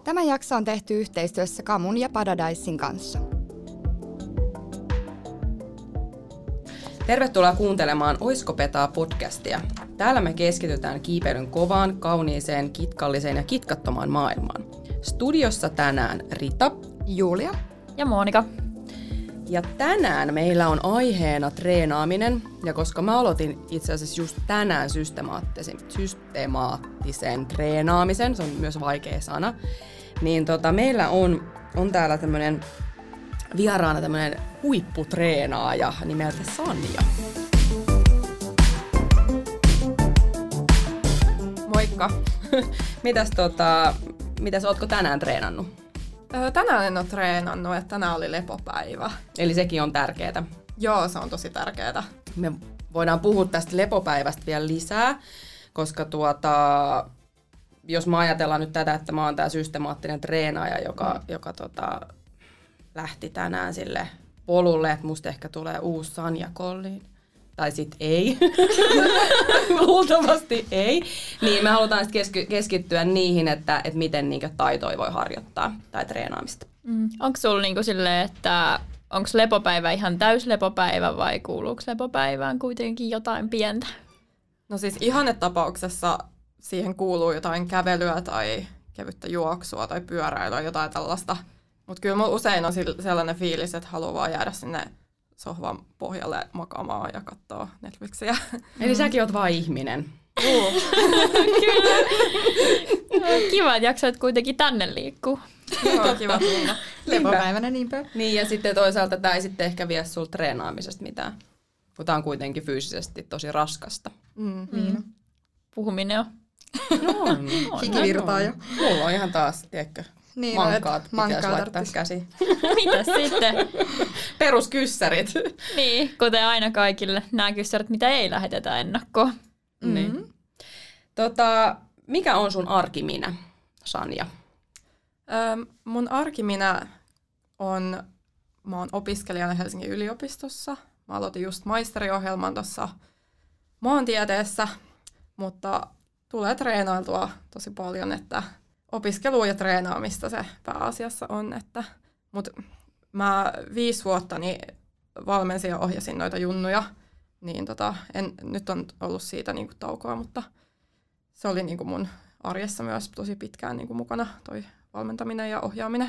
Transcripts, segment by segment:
Tämä jakso on tehty yhteistyössä Kamun ja Paradisein kanssa. Tervetuloa kuuntelemaan Oisko Petaa podcastia. Täällä me keskitytään kiipeilyn kovaan, kauniiseen, kitkalliseen ja kitkattomaan maailmaan. Studiossa tänään Rita, Julia ja Monika. Ja tänään meillä on aiheena treenaaminen, ja koska mä aloitin itse asiassa just tänään systemaattisen treenaamisen, se on myös vaikea sana, niin meillä on täällä vieraana tämmönen huipputreenaaja nimeltä Sanja. Moikka! Mitäs ootko tänään treenannut? Tänään en ole treenannut, että tänään oli lepopäivä. Eli sekin on tärkeää. Joo, se on tosi tärkeää. Me voidaan puhua tästä lepopäivästä vielä lisää, koska jos mä ajatellaan nyt tätä, että mä oon tää systemaattinen treenaaja, joka lähti tänään sille polulle, että musta ehkä tulee uusi Sanja Collin. Tai sit ei. Luultavasti ei. Niin me halutaan sitten keskittyä niihin, että miten niitä taitoja voi harjoittaa tai treenaamista. Onko sulla niinku silleen, että onko lepopäivä ihan täyslepopäivä vai kuuluuko lepopäivään kuitenkin jotain pientä? No siis ihannetapauksessa siihen kuuluu jotain kävelyä tai kevyttä juoksua tai pyöräilyä, jotain tällaista. Mutta kyllä mulla usein on sellainen fiilis, että haluaa vaan jäädä sinne sohvan pohjalle makaamaan ja katsoa Netflixiä. Eli säkin oot vaan ihminen. Kyllä. Kiva, että jaksoit kuitenkin tänne liikkuu. Joo, kiva tunne. lepopäivänä niinpä. Niin, ja sitten toisaalta tämä ei sitten ehkä vie sulla treenaamisesta mitään, kun tämä on kuitenkin fyysisesti tosi raskasta. Puhuminen on. Hikivirtaa jo. Mulla on ihan taas, tiedätkö, Niin, mankaat pitäisi laittaa tarttis. käsiin. Mitäs sitten? Peruskyssärit. Niin, kuten aina kaikille nämä kyssärit, mitä ei lähetetä ennakkoon. Niin. Mikä on sun arkiminä, Sanja? Mun arkiminä on, mä oon opiskelijana Helsingin yliopistossa. Mä aloitin just maisteriohjelman tuossa maantieteessä, mutta tulee treenailtua tosi paljon, että opiskelua ja treenaamista se pääasiassa on. Mutta mä 5 vuotta valmensin ja ohjasin noita junnuja, niin nyt on ollut siitä niinku taukoa, mutta se oli niinku mun arjessa myös tosi pitkään niinku mukana toi valmentaminen ja ohjaaminen.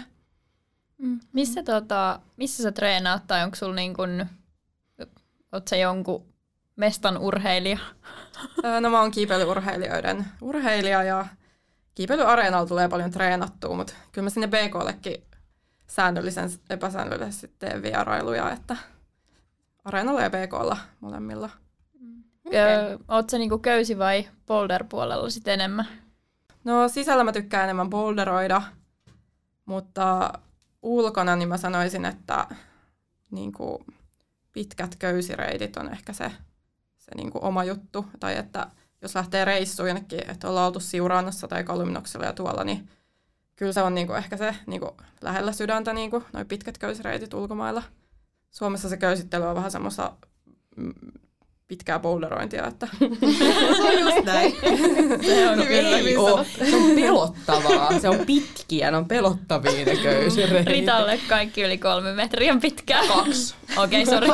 Missä sä treenaat tai onko sulla oot sä jonkun mestan urheilija? No mä oon kiipeilyurheilijoiden urheilija ja kiipeilyareenalla tulee paljon treenattua, mutta kyllä mä sinne BK:llekin epäsäännöllisesti teen vierailuja, että areenalla ja BK:lla molemmilla. Oot sä niinku köysi- vai boulder-puolella sit enemmän? No sisällä mä tykkään enemmän boulderoida, mutta ulkona niin mä sanoisin, että niinku pitkät köysireitit on ehkä se niinku oma juttu. Tai että jos lähtee reissuun jonnekin, että ollaan oltu Siuraannassa tai Kalymnoksella ja tuolla, niin kyllä se on niinku ehkä se niinku lähellä sydäntä, niinku, noi pitkät köysireitit ulkomailla. Suomessa se köysittely on vähän semmoista pitkää boulderointia, että Se on just näin. Se on pelottavaa. Se on pitkiä, ne on pelottavia ne köysireitit. Ritalle kaikki yli 3 metriä on pitkää. 2. Okei, sori.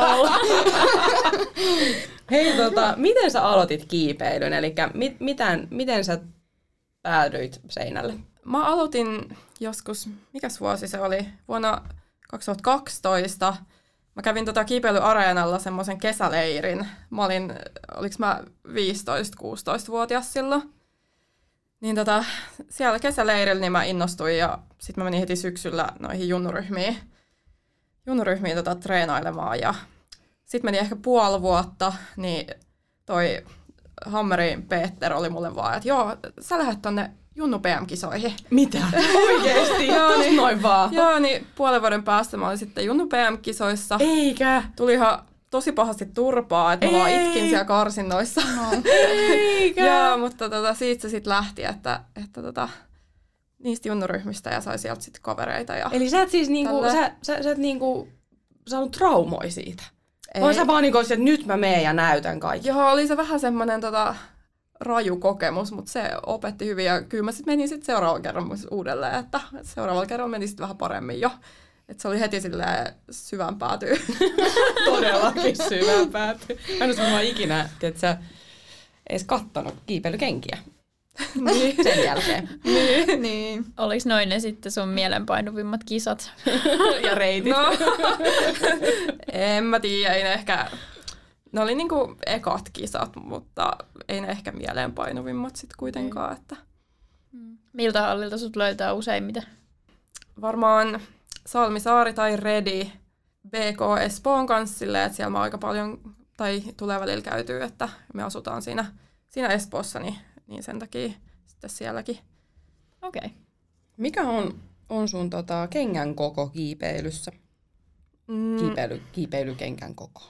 Hei, miten sä aloitit kiipeilyn? Eli miten sä päädyit seinälle? Mä aloitin joskus, mikäs vuosi se oli, vuonna 2012. Mä kävin kiipeilyareenalla semmoisen kesäleirin. Mä olin, oliks mä 15-16-vuotias silloin. Niin siellä kesäleirillä niin mä innostuin ja sit mä menin heti syksyllä noihin junnuryhmiin treenailemaan. Ja sit meni ehkä puoli vuotta, niin toi Hammerin Peter oli mulle vaan, että joo, sä lähdet tonne Junnu PM-kisoihin. Mitä? Oikeesti? Joo, niin, noin vaan. Joo, niin puolen vuoden päästä mä olin sitten Junnu PM-kisoissa. Eikä? Tuli ihan tosi pahasti turpaa, että mä vaan itkin siellä karsinnoissa. No. Eikä? Joo, mutta siitä se sitten lähti, että niistä junnuryhmistä ja sai sieltä sitten kavereita. Ja eli sä et siis sä et saanut traumoja siitä? Ei. Vai sä vaan että nyt mä meen ja näytän kaikki? Joo, oli se vähän semmoinen raju kokemus, mutta se opetti hyvin ja kyllä mä sitten menin seuraavan kerran uudelleen, että seuraavalla kerralla meni sitten vähän paremmin jo. Että se oli heti silleen syvään päätyy. Todellakin syvään päätyy. Mä en ole ikinä, tiedätkö, edes kattonut kiipeilykenkiä. Niin. Sen jälkeen. Niin. Oliko noin ne sitten sun mielenpainuvimmat kisat? Ja reitit. No, en mä tiedä, ei ne ehkä... Ne oli niinku ekat kisat, mutta ei ne ehkä mieleenpainuvimmat sit kuitenkaan. Että... Miltä hallilta sut löytää useimmiten? Varmaan Salmisaari tai Redi BK Espoon kanssa silleen, että siellä mä aika paljon, tai tulee välillä käytyy, että me asutaan siinä Espoossa, niin sen takia sitten sielläkin. Okei. Mikä on sun kengän koko kiipeilyssä? Kiipeilykengän koko.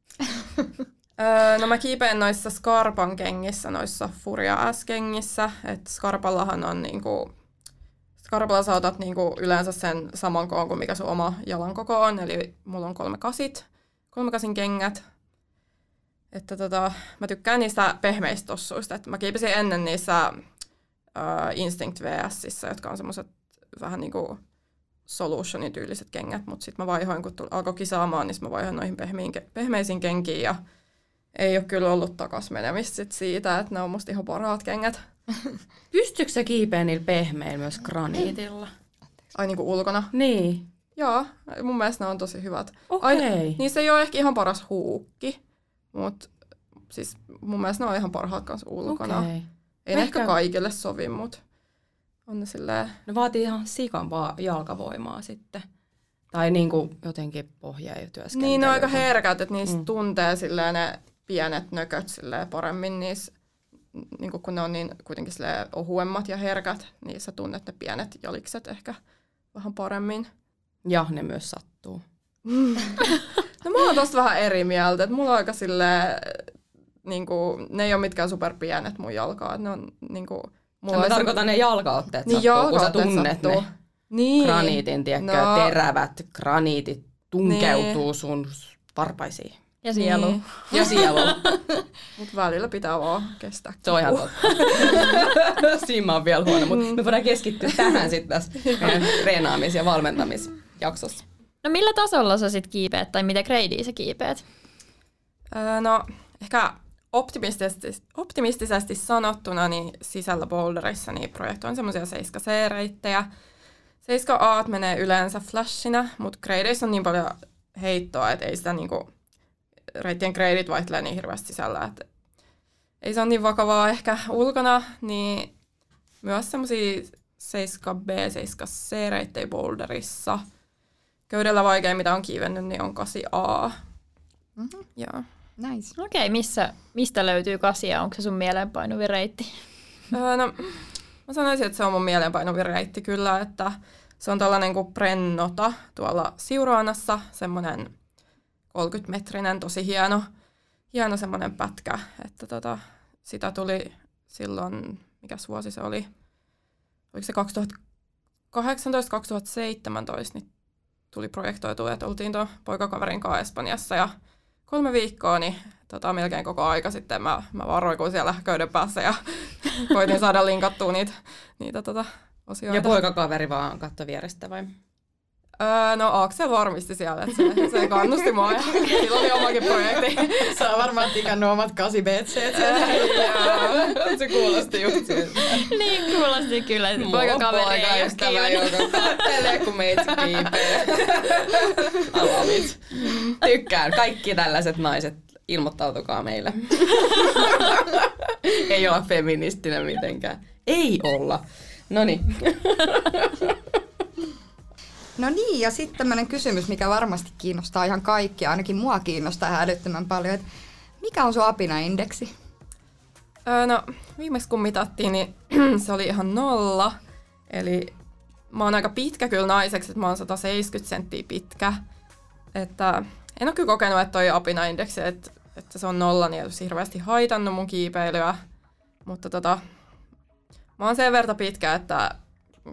No mä kiipeen noissa Scarpan kengissä, noissa Furia S-kengissä. Et Scarpallahan on niinku... Scarpalla sä otat niinku yleensä sen saman koon kuin mikä sun oma jalan koko on. Eli mulla on 3/8 kengät. Että mä tykkään niistä pehmeistä tossuista. Et mä kiipesin ennen niissä Instinct VSissä, jotka on semmoset vähän niinku Solutionin tyyliset kengät. Mutta sitten mä vaihoin, kun alkoi kisaamaan, niin mä vaihoin noihin pehmeisiin kenkiin. Ja ei ole kyllä ollut takas menemistä sit siitä, että ne on musta ihan parhaat kengät. Pystyykö sä kiipeä niillä pehmeillä myös graniitilla? Ai niinku ulkona? Niin. Joo, mun mielestä ne on tosi hyvät. Okei. Niissä ei ole ehkä ihan paras huukki, mutta siis mun mielestä ne on ihan parhaat kanssa ulkona. Okei. Ei ne ehkä kaikille sovi, mutta on ne silleen... Ne vaatii ihan sikan jalkavoimaa sitten. Tai niinku jotenkin pohjatyöskentelyä. Niin, ne on aika herkät, että niistä tuntee silleen ne pienet nököt silleen paremmin niissä. Niin kun ne on niin kuitenkin ohuemmat ja herkät, niin sä tunnet ne pienet jalikset ehkä vähän paremmin. Ja ne myös sattuu. No mä oon tosta vähän eri mieltä, että mulla on aika silleen, niinku, ne ei ole mitkään superpienet mun jalkaa. Ne on niinku... Mä tarkoitan ne jalkaotteet niin sattuu, kun sä tunnet ne niin. graniitin, terävät graniitit tunkeutuu sun varpaisiin. Ja sielu. Niin. Ja sielu. Mutta välillä pitää vaan kestää. Se on ihan totta. Siinä mä oon vielä huono, mutta me voidaan keskittyä tähän sitten tässä meidän treenaamis- ja valmentamisjaksossa. No millä tasolla sä sit kiipeät, tai mitä gradea sä kiipeät? No ehkä optimistisesti sanottuna niin sisällä boulderissa niin projektoin semmoisia 7C-reittejä. 7A menee yleensä flashina, mutta gradeissa on niin paljon heittoa, että ei sitä niinku... Reittien gradeit vaihtelee niin hirveästi sisällä, että ei se ole niin vakavaa ehkä ulkona, niin myös semmoisia 7B, 7C-reittejä boulderissa. Köydellä vaikein, mitä on kiivennyt, niin on 8A. Mm-hmm. Joo. Nice. Okei, mistä löytyy 8? Onko se sun mieleenpainuvin reitti? No, mä sanoisin, että se on mun mieleenpainuvin reitti kyllä, että se on tällainen kuin Brennota tuolla Siuraanassa, semmoinen 30-metrinen, tosi hieno semmoinen pätkä, että sitä tuli silloin, mikäs vuosi se oli, oliko se 2018-2017, niin tuli projektoitu, että oltiin tuon poikakaverin kanssa Espanjassa ja 3 viikkoa, niin melkein koko aika sitten mä vaan roikuin siellä köyden päässä ja koitin saada linkattua niitä osioita. Ja poikakaveri vaan katsoi vierestä vai? No Aksel varmisti siellä, että se kannusti mua ja sillä oli omakin projekti. Sä on varmaan tikannut omat 8BC. Se kuulosti just siltä. Niin, kuulosti kyllä. Poikakaveri ei ole kiinni. Joka kattelee, kun meitä kiipee. Alavit. Tykkään. Kaikki tällaiset naiset, ilmoittautukaa meille. Ei olla feministinen mitenkään. Ei olla. Noniin. No niin, ja sitten tämmöinen kysymys, mikä varmasti kiinnostaa ihan kaikkia, ainakin mua kiinnostaa ihan älyttömän paljon, että mikä on sun apinaindeksi? No viimeksi kun mitattiin, niin se oli ihan 0, eli mä oon aika pitkä kyllä naiseksi, että mä oon 170 senttiä pitkä, että en ole kyllä kokenut, että toi apinaindeksi, että se on 0, niin ei olisi hirveästi haitannut mun kiipeilyä, mutta mä oon sen verran pitkä, että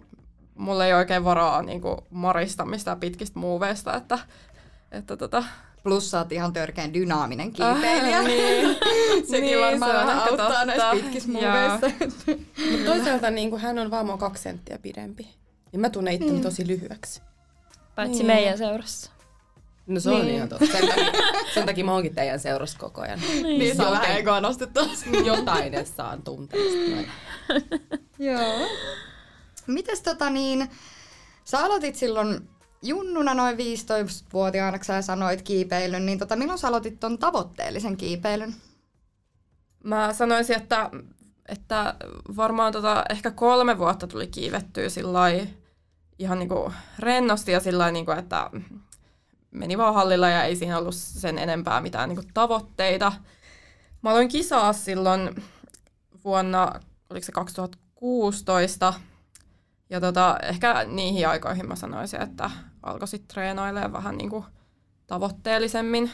mulla ei oikein varaa niinku marista mistään pitkistä muuveista, että Plus sä oot ihan törkeän dynaaminen kiipeilijä. Niin. Sekin Niin, varmaan se on vähän ehkä auttaa totta. näissä pitkissä muoveissa. Mutta toisaalta niin hän on vaan mua 2 senttiä pidempi. Niin mä tunnen itteni tosi lyhyeksi. Paitsi meidän seurassa. No se on ihan totta. Sen takia mä oonkin teidän seurassa koko ajan. Niin se on vähän egoa nostettu. Jotain edes saan tunteista. Noin. Joo. Mites sä aloitit silloin junnuna noin 15-vuotiaana, kun sä sanoit kiipeilyn, niin milloin sä aloitit ton tavoitteellisen kiipeilyn? Mä sanoisin, että varmaan ehkä 3 vuotta tuli kiivettyä sillai ihan niinku rennosti ja sillai niinku, että meni vaan hallilla ja ei siinä ollut sen enempää mitään niinku tavoitteita. Mä aloin kisaa silloin vuonna, oliko se 2016, ja ehkä niihin aikoihin mä sanoisin, että alkoi sitten treenailemaan vähän niinku tavoitteellisemmin.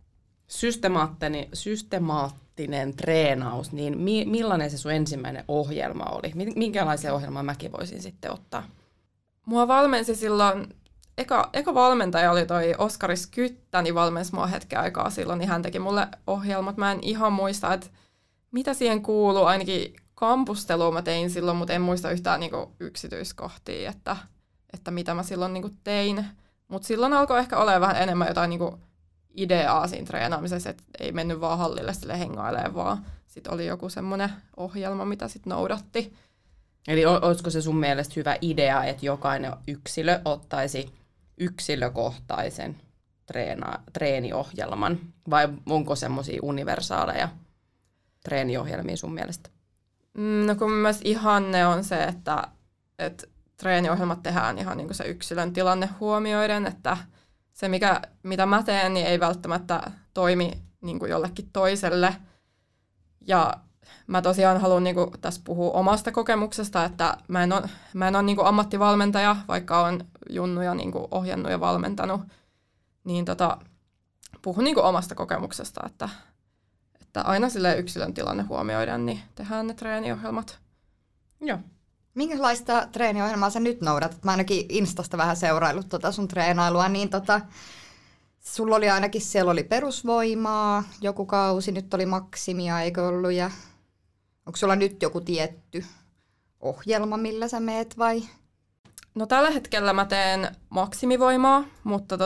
Systemaattinen treenaus, niin millainen se sun ensimmäinen ohjelma oli? Minkälaisen ohjelman mäkin voisin sitten ottaa? Mua valmensi silloin, eka valmentaja oli toi Oskari Skyttä, niin valmensi mua hetken aikaa silloin, niin hän teki mulle ohjelmat. Mä en ihan muista, että mitä siihen kuuluu, ainakin kampustelua mä tein silloin, mutta en muista yhtään niinku yksityiskohtia, että mitä mä silloin niinku tein. Mutta silloin alkoi ehkä olemaan vähän enemmän jotain niinku ideaa siinä treenaamisessa, että ei mennyt vaan hallille sille hengailemaan, vaan sitten oli joku semmoinen ohjelma, mitä sitten noudatti. Eli olisiko se sun mielestä hyvä idea, että jokainen yksilö ottaisi yksilökohtaisen treeniohjelman, vai onko semmoisia universaaleja treeniohjelmia sun mielestä? No kun mielestäni ihanne on se, että treeniohjelmat tehdään ihan niin kuin se yksilön tilanne huomioiden, että se, mitä mä teen, niin ei välttämättä toimi niin kuin jollekin toiselle. Ja mä tosiaan haluan niin kuin tässä puhua omasta kokemuksesta, että mä en ole niin kuin ammattivalmentaja, vaikka olen junnuja niin kuin ohjannut ja valmentanut. Niin puhun niin kuin omasta kokemuksesta, että aina sille yksilön tilanne huomioiden, niin tehdään ne treeniohjelmat. Joo. Minkälaista treeniohjelmaa sä nyt noudatat? Mä ainakin Instasta vähän seuraillut sun treenailua, niin sulla oli ainakin, siellä oli perusvoimaa, joku kausi, nyt oli maksimia, eikö ollut? Ja onko sulla nyt joku tietty ohjelma, millä sä meet vai? No tällä hetkellä mä teen maksimivoimaa, mutta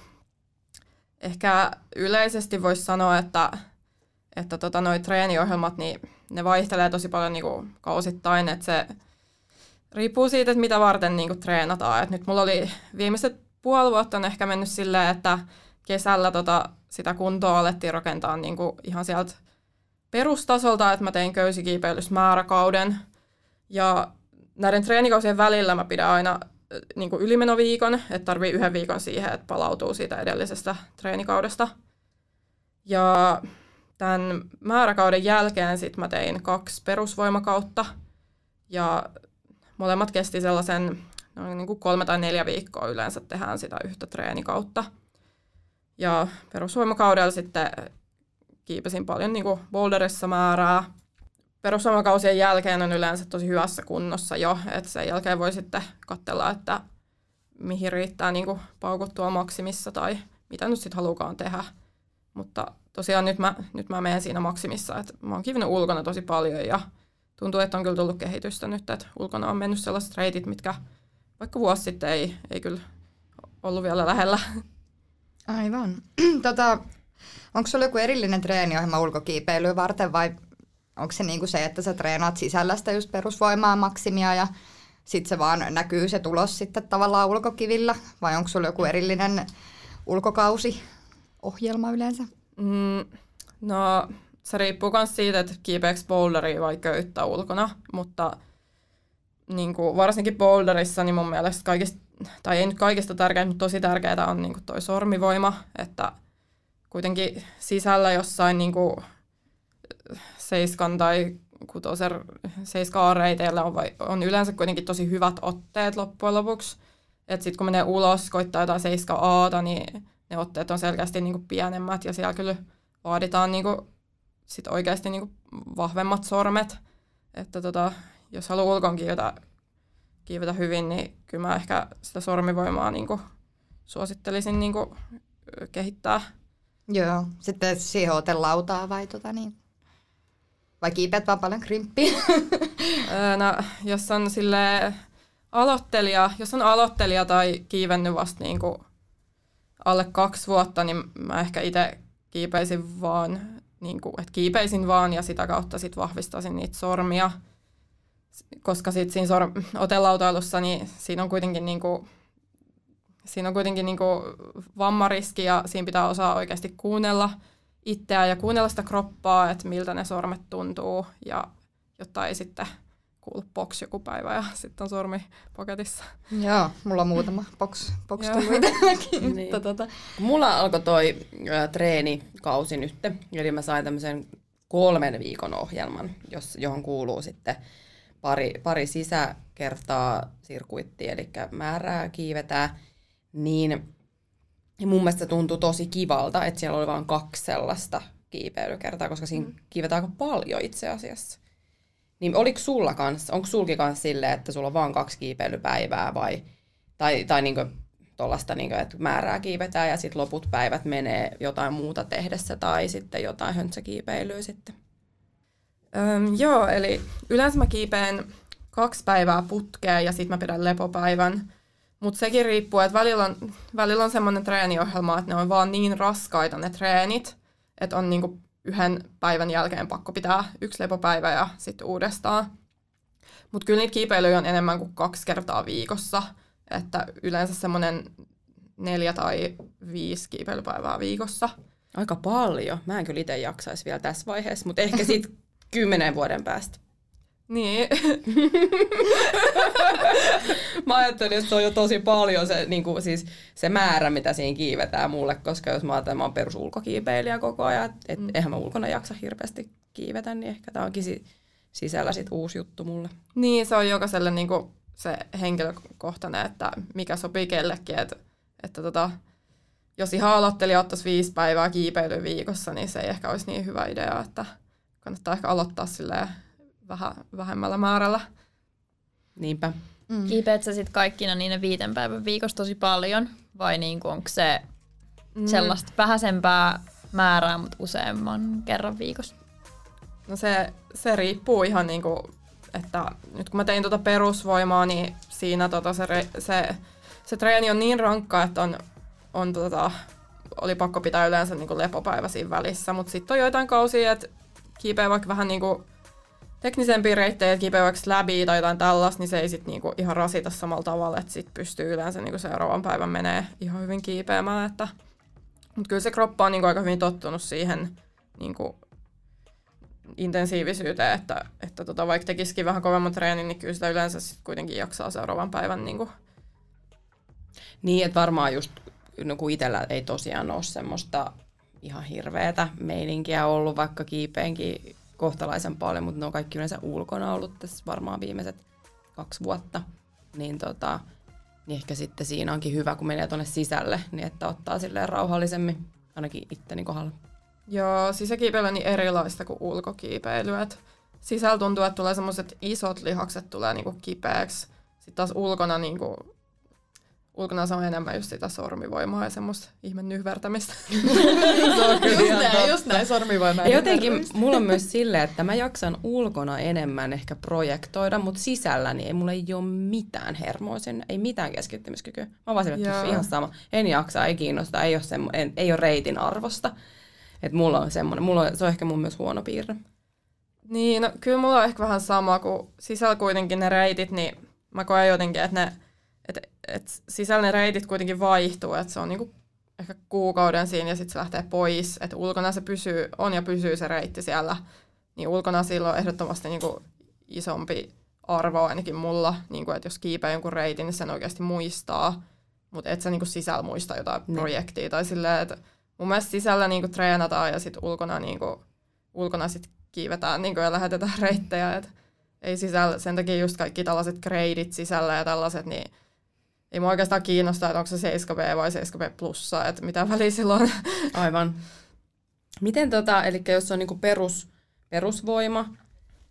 ehkä yleisesti voisi sanoa, että noi treeniohjelmat, niin ne vaihtelee tosi paljon niinku kausittain, että se riippuu siitä, että mitä varten niinku treenataan. Et nyt mulla oli viimeiset puoli vuotta on ehkä mennyt silleen, että kesällä sitä kuntoa alettiin rakentaa niinku ihan sieltä perustasolta, että mä tein köysikiipeilystä määräkauden. Ja näiden treenikausien välillä mä pidän aina niinku ylimenoviikon, että tarvii 1 viikon siihen, että palautuu siitä edellisestä treenikaudesta. Ja tämän määräkauden jälkeen sit mä tein 2 perusvoimakautta ja molemmat kesti sellaisen niin kuin 3 tai 4 viikkoa yleensä tehdään sitä yhtä treenikautta. Ja perusvoimakaudella sitten kiipesin paljon niin kuin boulderissa määrää. Perusvoimakausien jälkeen on yleensä tosi hyvässä kunnossa jo, että sen jälkeen voi sitten katsella, että mihin riittää niin kuin paukuttua maksimissa tai mitä nyt sitten halukaan tehdä. Mutta tosiaan nyt mä menen siinä maksimissa, että mä oon kivinnyt ulkona tosi paljon ja tuntuu, että on kyllä tullut kehitystä nyt, että ulkona on mennyt sellaiset reitit, mitkä vaikka vuosi sitten ei kyllä ollut vielä lähellä. Aivan. Onko sulla joku erillinen treeniohjelma ulkokiipeilyä varten vai onko se niinku se, että sä treenaat sisällä sitä just perusvoimaa maksimia ja sitten se vaan näkyy se tulos sitten tavallaan ulkokivillä vai onko sulla joku erillinen ulkokausiohjelma yleensä? No se riippuu myös siitä, että kiipeäkö boulderia vai köyttä ulkona, mutta niin kuin varsinkin boulderissa niin mun mielestä kaikista, tai ei nyt kaikista tärkeintä, mutta tosi tärkeää on niin kuin toi sormivoima, että kuitenkin sisällä jossain niin kuin 7 tai 7 reiteillä on yleensä kuitenkin tosi hyvät otteet loppujen lopuksi. Että sitten kun menee ulos, koittaa jotain 7A:ta, niin ne otteet on selkeästi niin kuin pienemmät ja siellä kyllä vaaditaan niin kuin sit oikeasti niin kuin vahvemmat sormet. Että jos haluaa ulkon kiivetä hyvin, niin kyllä mä ehkä sitä sormivoimaa niin kuin suosittelisin niin kuin kehittää Joo, sitten siihen lautaa vai kiipeät vaan paljon krimppiä? No, jos on aloittelija tai kiivennyt vasta niinku alle 2 vuotta, niin mä ehkä itse kiipeisin vaan, kiipeisin vaan ja sitä kautta sit vahvistaisin niitä sormia. Koska sit siinä otelautailussa niin siinä on kuitenkin vammariski ja siinä pitää osaa oikeasti kuunnella itseään ja kuunnella sitä kroppaa, että miltä ne sormet tuntuu, ja jotta ei sitten kuulu box joku päivä ja sitten on sormi paketissa. Joo, mulla on muutama box tullut itselläkin. Niin. Mulla alkoi toi treenikausi nyt, eli mä sain tämmöisen 3 viikon ohjelman, johon kuuluu sitten pari sisäkertaa sirkuittia, eli määrää kiivetään, niin mun mielestä se tuntui tosi kivalta, että siellä oli vain 2 sellaista kiipeilykertaa, koska siinä kiivetään aika paljon itse asiassa. Niin onko sulki kanssa silleen, että sulla on vain 2 kiipeilypäivää tai niinku tollaista, niinku, että määrää kiivetään ja sitten loput päivät menee jotain muuta tehdessä tai sitten jotain höntsäkiipeilyä sitten? Joo, eli yleensä mä kiipeen 2 päivää putkeen ja sitten mä pidän lepopäivän. Mutta sekin riippuu, että välillä on semmoinen treeniohjelma, että ne on vaan niin raskaita ne treenit, että on niinku 1 päivän jälkeen pakko pitää 1 lepopäivä ja sitten uudestaan. Mutta kyllä niitä kiipeilyjä on enemmän kuin 2 kertaa viikossa, että yleensä semmoinen 4 tai 5 kiipeilypäivää viikossa. Aika paljon. Mä en kyllä itse jaksaisi vielä tässä vaiheessa, mutta ehkä sitten 10 vuoden päästä. Niin. Mä ajattelin, että se on jo tosi paljon siis se määrä, mitä siinä kiivetään mulle, koska jos mä ajattelen, että mä oon perusulkokiipeilijä koko ajan, että eihän mä ulkona jaksa hirveästi kiivetä, niin ehkä tää onkin sisällä sit uusi juttu mulle. Niin, se on jokaiselle niinku se henkilökohtainen, että mikä sopii kellekin, että jos ihan aloittelija ottaisi 5 päivää kiipeilyä viikossa, niin se ei ehkä olisi niin hyvä idea, että kannattaa ehkä aloittaa silleen vähän vähemmällä määrällä. Niinpä. Kiipeät sä sitten kaikkina niiden 5 päivän viikossa tosi paljon, vai niinku onko se sellaista vähäisempää määrää, mutta useamman kerran viikossa? No se riippuu ihan niinku, että nyt kun mä tein perusvoimaa, niin siinä se treeni on niin rankka, että oli pakko pitää yleensä niinku lepopäivä siinä välissä, mutta sitten on joitain kausia, että kiipeä vaikka vähän niinku teknisempiä reittejä, että kiipeä vaikka läbi tai jotain tällaista, niin se ei sitten niinku ihan rasita samalla tavalla, että sitten pystyy yleensä niinku seuraavan päivän menee ihan hyvin kiipeämään. Mutta kyllä se kroppa on niinku aika hyvin tottunut siihen niinku intensiivisyyteen, että vaikka tekisikin vähän kovemman treenin, niin kyllä sitä yleensä sit kuitenkin jaksaa seuraavan päivän. Niin, että varmaan just kun itsellä ei tosiaan ole semmoista ihan hirveätä meininkiä ollut, vaikka kiipeenkin kohtalaisen paljon, mutta ne on kaikki yleensä ulkona ollut tässä varmaan viimeiset 2 vuotta. Niin ehkä sitten siinä onkin hyvä, kun menee tuonne sisälle, niin että ottaa silleen rauhallisemmin ainakin itteni kohdalla. Joo, sisäkiipeily on niin erilaista kuin ulkokiipeily. Sisällä tuntuu, että tulee semmoiset isot lihakset tulee niinku kipeäksi. Sitten taas ulkona se on enemmän just sitä sormivoimaa ja semmoista ihme nyhvertämistä. Se on kyllä just näin sormivoimaa. Jotenkin mulla on myös silleen, että mä jaksan ulkona enemmän ehkä projektoida, mutta sisällä niin ei mulla ei ole mitään hermoa sen, ei mitään keskittymiskykyä. Mä oon vaan silleen, että ihan sama. En jaksa, ei kiinnosta, ei ole reitin arvosta. Että mulla on semmoinen, se on ehkä mun myös huono piirre. Niin, no kyllä mulla on ehkä vähän sama, kun sisällä kuitenkin ne reitit, niin mä koen jotenkin, että sisällä ne reitit kuitenkin vaihtuu, että se on niinku ehkä kuukauden siinä ja sitten se lähtee pois. Että ulkona se pysyy se reitti siellä, niin ulkona sillä on ehdottomasti niinku isompi arvo ainakin mulla, niinku, että jos kiipeää jonkun reitin, niin sen oikeasti muistaa, mutta et sä niinku sisällä muista jotain projektia tai silleen, että mun mielestä sisällä niinku treenataan ja sitten ulkona sit kiivetään niinku ja lähetetään reittejä. Et ei sisällä, sen takia just kaikki tällaiset gradeit sisällä ja tällaiset, niin ei mua oikeastaan kiinnostaa, että onko se 7B vai 7B+, että mitä väliä silloin. Aivan. Miten eli jos on niinku perusvoima,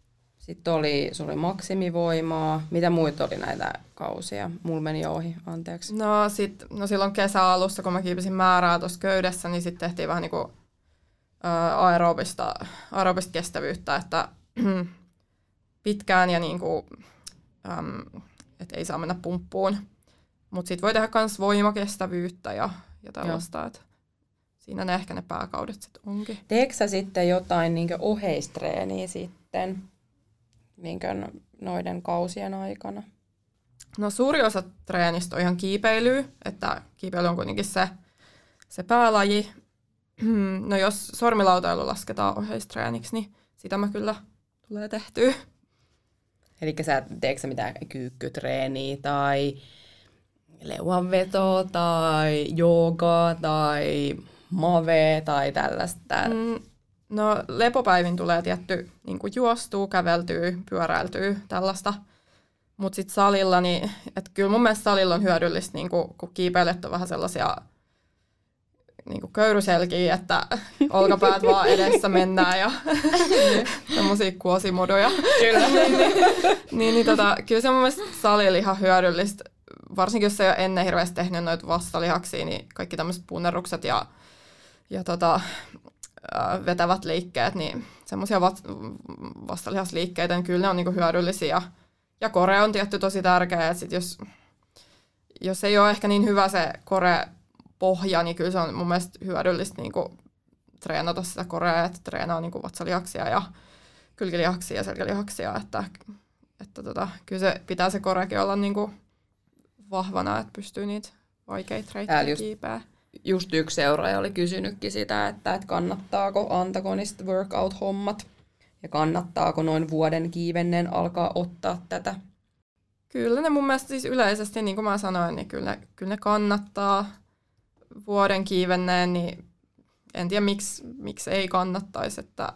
Sitten sulla oli maksimivoimaa. Mitä muita oli näitä kausia? Mulla meni ohi, anteeksi. No silloin kesäalussa, kun mä kiipesin määrää tuossa köydessä, niin sitten tehtiin vähän niinku aerobista kestävyyttä, että pitkään ja niinku, et ei saa mennä pumppuun. Mutta sitten voi tehdä myös voimakestävyyttä ja tällaista. Et siinä ne ehkä ne pääkaudet sitten onkin. Teekö sä sitten jotain niinku oheistreeniä sitten noiden kausien aikana? No suuri osa treenistä on ihan kiipeilyä, että kiipeily on kuitenkin se päälaji. No jos sormilautailu lasketaan oheistreeniksi, niin sitä mä kyllä tulee tehtyä. Eli teekö sä mitään kyykkytreeniä tai leuanvetoa tai joogaa tai mave tai tällaista? No lepopäivin tulee tietty niin juostua, käveltyä, pyöräiltyä, tällaista. Mutta sitten salilla, niin että kyllä mun mielestä salilla on hyödyllistä, niin kun kiipeilet on vähän sellaisia niin köyryselkiä, että olkapäät vaan edessä mennään ja semmosia kuosimodoja. Kyllä. Kyllä se mun mielestä salilla ihan hyödyllistä. Varsinkin jos ei ole ennen hirveästi tehnyt noita vastalihaksia, niin kaikki tämmöiset punnerrukset ja vetävät liikkeet, niin semmoisia vastalihasliikkeitä, niin kyllä ne on niinku hyödyllisiä. Ja kore on tietty tosi tärkeä, että sit jos ei ole ehkä niin hyvä se kore-pohja, niin kyllä se on mun mielestä hyödyllistä niinku treenata sitä korea, että treenaa niinku vatsalihaksia ja kylkilihaksia ja selkälihaksia, että kyllä se pitää se korekin olla niinku vahvana, että pystyy niitä vaikeita reittejä kiipeä. Just yksi seuraaja oli kysynytkin sitä, että kannattaako antagonist workout-hommat ja kannattaako noin vuoden kiivenneen alkaa ottaa tätä. Kyllä ne mun mielestä siis yleisesti, niin kuin mä sanoin, niin kyllä ne kannattaa vuoden kiivenneen, niin en tiedä miksi ei kannattaisi, että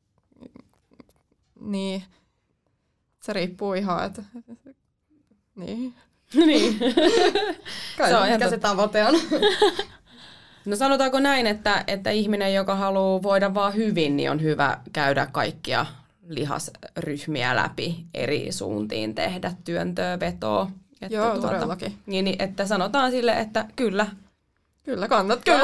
niin se riippuu ihan, että niin. Niin. Se on mikä se tavoite on. No sanotaanko näin, että ihminen, joka haluaa voida vaan hyvin, niin on hyvä käydä kaikkia lihasryhmiä läpi eri suuntiin, tehdä työntöä, vetoa. Että joo, todellakin. Niin, että sanotaan sille, että kyllä. Kyllä kannattaa.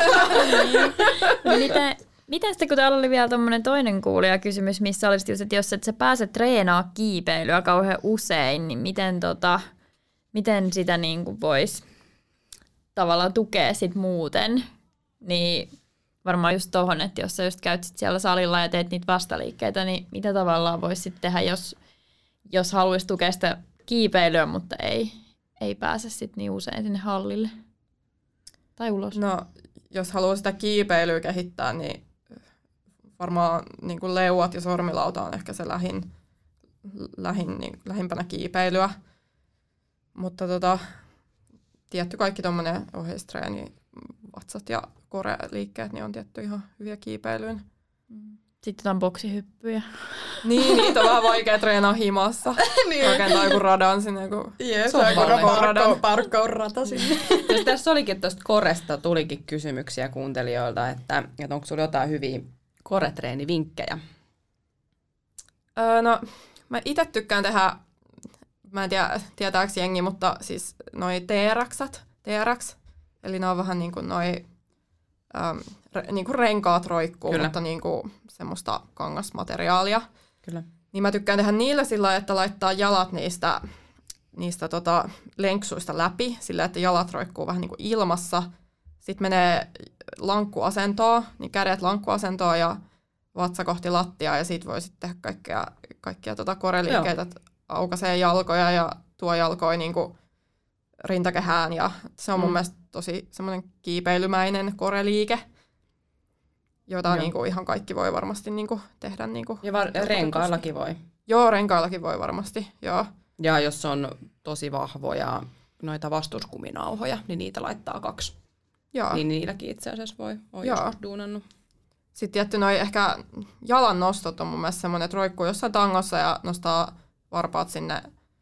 Miten sitten, kun täällä oli vielä tommonen toinen kuulijakysymys, missä olisi just, että jos et sä pääse treenaa kiipeilyä kauhean usein, niin miten sitä niin kuin voisi tavallaan tukea sit muuten, niin varmaan just tohon, että jos sä just käyt sit siellä salilla ja teet niitä vastaliikkeitä, niin mitä tavallaan voisi sitten tehdä, jos haluaisi tukea sitä kiipeilyä, mutta ei pääse sitten niin usein sinne hallille tai ulos? No, jos haluaa sitä kiipeilyä kehittää, niin varmaan niin kuin leuat ja sormilauta on ehkä se lähimpänä kiipeilyä. Mutta tietty kaikki tuommoinen oheistreeni, vatsat ja kore-liikkeet, niin on tietty ihan hyviä kiipeilyyn. Sitten jotain boksihyppyjä. Niin, niitä on vähän vaikea treenaa himassa. Niin. Rakentaa joku radan sinne, joku parkour-rata sinne. Tässä olikin tuosta koresta, tulikin kysymyksiä kuuntelijoilta, että onko sulla jotain hyviä koretreenivinkkejä? No, mä itse tykkään tehdä, mä en tiedä tietääkö jengi, mutta siis noi TRX, eli ne on vähän niin kuin noi niin kuin renkaat roikkuu, kyllä, mutta niin kuin semmoista kangasmateriaalia. Kyllä. Niin mä tykkään tehdä niillä sillä, että laittaa jalat niistä lenksuista läpi, sillä että jalat roikkuu vähän niin kuin ilmassa. Sitten menee lankkuasentoon, niin kädet lankkuasentoon ja vatsa kohti lattiaa, ja siitä voi sitten tehdä kaikkia koreliikkeitä, että aukaisee jalkoja ja tuo jalkoja niin kuin rintakehään, ja se on mun mielestä tosi semmoinen kiipeilymäinen koreliike, jota niin kuin ihan kaikki voi varmasti niin kuin tehdä. Niin kuin ja renkaillakin voi. Joo, renkaillakin voi varmasti, joo. Ja jos on tosi vahvoja noita vastuskuminauhoja, niin niitä laittaa 2. Joo. Niin niilläkin itse asiassa voi joskus duunannut. Sitten tietty noi ehkä jalan nostot on mun mielestä semmoinen, että roikkuu jossain tangossa ja nostaa varpaat sinne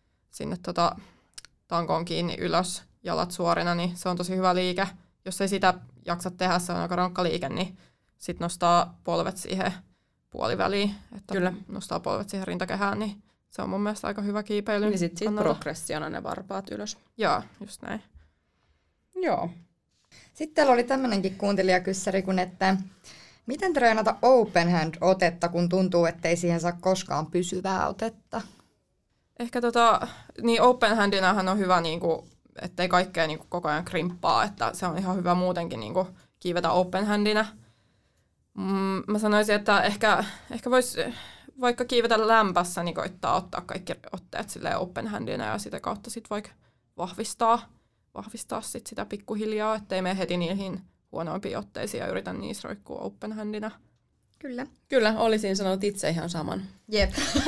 tankoon kiinni ylös, jalat suorina, niin se on tosi hyvä liike. Jos ei sitä jaksa tehdä, se on aika rankka liike, niin sitten nostaa polvet siihen puoliväliin, että Kyllä. nostaa polvet siihen rintakehään, niin se on mun mielestä aika hyvä kiipeily. Ja sitten siitä progressiona ne varpaat ylös. Joo, just näin. Joo. Sitten täällä oli tämmöinenkin kuuntelijakyssäri, kun että miten treenata open hand-otetta, kun tuntuu, ettei siihen saa koskaan pysyvää otetta? Ehkä niin open handinahan on hyvä, niinku, ettei kaikkea niinku koko ajan krimppaa, että se on ihan hyvä muutenkin niinku kiivetä open handina. Mä sanoisin, että ehkä voisi vaikka kiivetä lämpässä, niin koittaa ottaa kaikki otteet silleen open handina ja sitä kautta sitten vaikka vahvistaa sit sitä pikkuhiljaa, ettei mene heti niihin huonoimpiin otteisiin ja yritä niissä roikkua open handina. Kyllä. Kyllä, olisin sanonut itse ihan saman. Jep.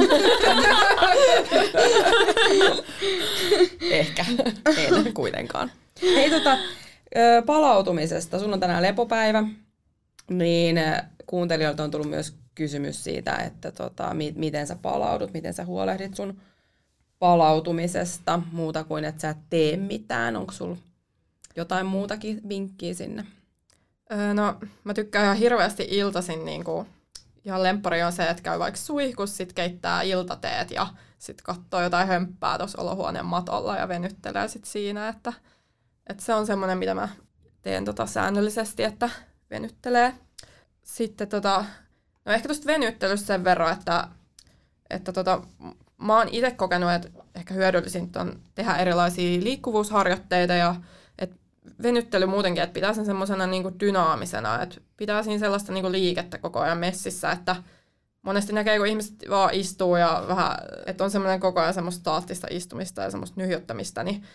Ehkä, en kuitenkaan. Hei palautumisesta. Sulla on tänään lepopäivä, niin kuuntelijoilta on tullut myös kysymys siitä, että miten sä palaudut, miten sä huolehdit sun palautumisesta, muuta kuin että sä et tee mitään. Onko sulla jotain muutakin vinkkiä sinne? No, mä tykkään ihan hirveästi iltaisin, niinku, ihan lemppari on se, että käy vaikka suihkus, sit keittää iltateet ja sit katsoo jotain hömppää tuossa olohuoneen matolla ja venyttelee sit siinä, että se on semmoinen, mitä mä teen säännöllisesti, että venyttelee. Sitten no ehkä tuosta venyttelystä sen verran, että mä oon itse kokenut, että ehkä hyödyllisintä on tehdä erilaisia liikkuvuusharjoitteita ja venyttely muutenkin, että pitää sen semmoisena niinku dynaamisena, että pitää siinä sellaista niinku liikettä koko ajan messissä, että monesti näkee, kun ihmiset vaan istuu ja vähän, että on semmoinen koko ajan semmoista staattista istumista ja semmoista nyhjöttämistä, niin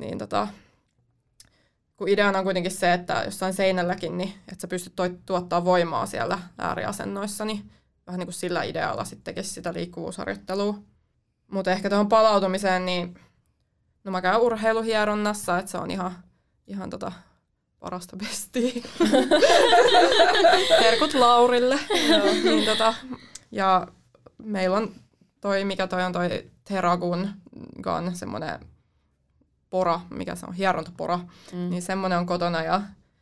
kun ideana on kuitenkin se, että jossain seinälläkin, niin että sä pystyt tuottaa voimaa siellä ääriasennoissa, niin vähän niin kuin sillä idealla sitten tekisi sitä liikkuvuusharjoittelua. Mutta ehkä tuohon palautumiseen, niin no mä käyn urheiluhieronnassa, että se on ihan parasta bestia. Terkut Laurille. Niin ja meillä on toi Theragun semmoinen pora, mikä se on, hierontapora, niin semmoinen on kotona ja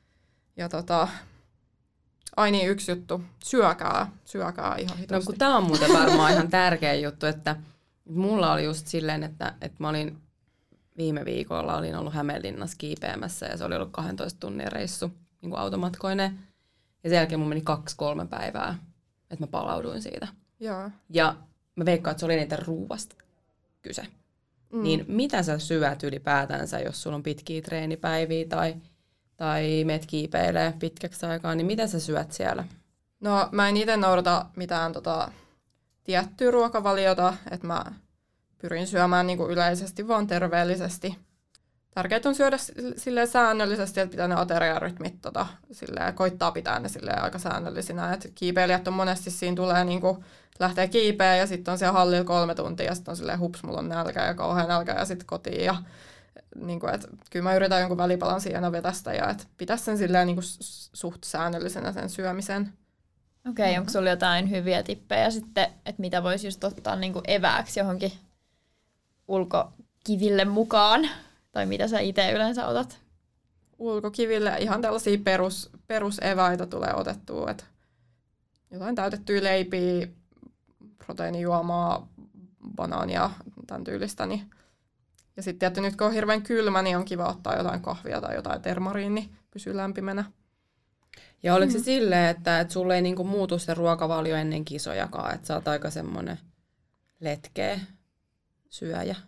ai niin, yksi juttu, syökää ihan hitosti. No kun tää on muuten varmaan ihan tärkeä juttu, että mulla oli just silleen, että mä olin viime viikolla ollut Hämeenlinnassa kiipeämässä ja se oli ollut 12 tunnin reissu niin kuin automatkoinen. Ja sen jälkeen mun meni 2-3 päivää, että mä palauduin siitä. Joo. Ja mä veikkaan, että se oli niitä ruuasta kyse. Niin mitä sä syöt ylipäätänsä, jos sulla on pitkiä treenipäiviä tai meet kiipeilee pitkäksi aikaa, niin mitä sä syöt siellä? No mä en itse noudata mitään tiettyä ruokavaliota, että mä pyrin syömään niin kuin yleisesti vaan terveellisesti. Tärkeintä on syödä silleen säännöllisesti, että pitää ne ateriarytmit koittaa pitää ne silleen aika säännöllisinä. Et kiipeilijät on monesti siinä tulee niinku, lähtee kiipeä ja sitten on siellä hallilla 3 tuntia ja sitten on silleen hups, mulla on nälkä ja kauhean nälkä ja sitten kotiin. Ja, niinku, kyllä mä yritän jonkun välipalan siihen vetästä ja pitää sen silleen niinku, suht säännöllisenä sen syömisen. Okei, onko sulla jotain hyviä tippejä sitten, että mitä voisi just ottaa niinku evääksi johonkin ulkokiville mukaan? Tai mitä sä itse yleensä otat? Ulkokiville ihan tällaisia peruseväitä tulee otettua. Et jotain täytettyä leipiä, proteiinijuomaa, banaania, tämän tyylistä. Niin. Ja sitten nyt kun on hirveän kylmä, niin on kiva ottaa jotain kahvia tai jotain termariin, niin pysyy lämpimänä. Ja oliko se silleen, että sulle ei niinku muutu se ruokavalio ennen kisojakaan, että sä oot aika semmoinen letkeä syöjä?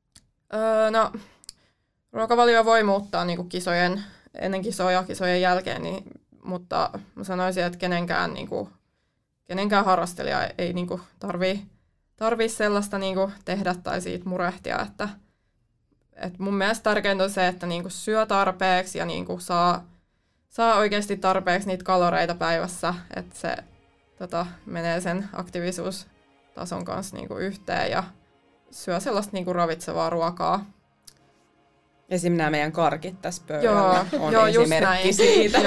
No, ruokavalio voi muuttaa niinku ennen kisojen jälkeen, niin, mutta mä sanoisin, että kenenkään harrastelija ei niinku tarvii sellaista niinku tehdä tai siitä murehtia. Että mun mielestä tärkeintä on se, että niinku syö tarpeeksi ja niinku saa oikeasti tarpeeksi niitä kaloreita päivässä, että se menee sen aktiivisuustason kanssa niinku yhteen ja syö sellaista niinku ravitsevaa ruokaa. Esim. Nämä meidän karkit tässä pöydällä on esimerkki siitä.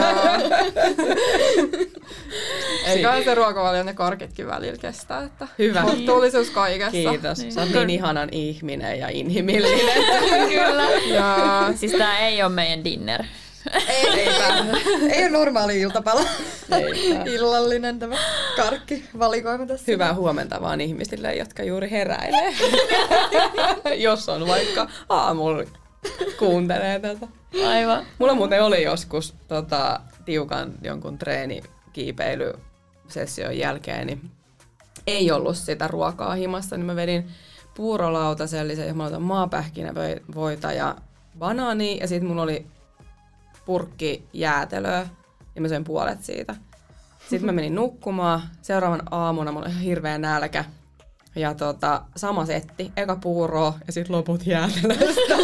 Eiköhän se ruokavalio ne karkitkin välillä kestää. Että hyvä. Kohtuullisuus kaikessa. Kiitos. Sä oot niin ihanan ihminen ja inhimillinen. Kyllä. Ja. Siis tää ei ole meidän dinner. Ei ole normaali iltapala. Eipä. Illallinen tämä karkkivalikoima tässä. Hyvää huomenta vaan ihmisille, jotka juuri heräilee. Jos on vaikka aamulla kuuntelee tätä. Aivan. Mulla muuten oli joskus tiukan jonkun treenikiipeilysession jälkeen, niin ei ollut sitä ruokaa himassa, niin mä vedin puurolautasellisen, johon mä otan maapähkinävoita ja banaania, ja sitten mulla oli purkki jäätelöä, ja mä söin puolet siitä. Sitten mä menin nukkumaan, seuraavan aamuna mulla oli hirveä nälkä, ja sama setti, eka puuroa ja sitten loput jäätelöstä.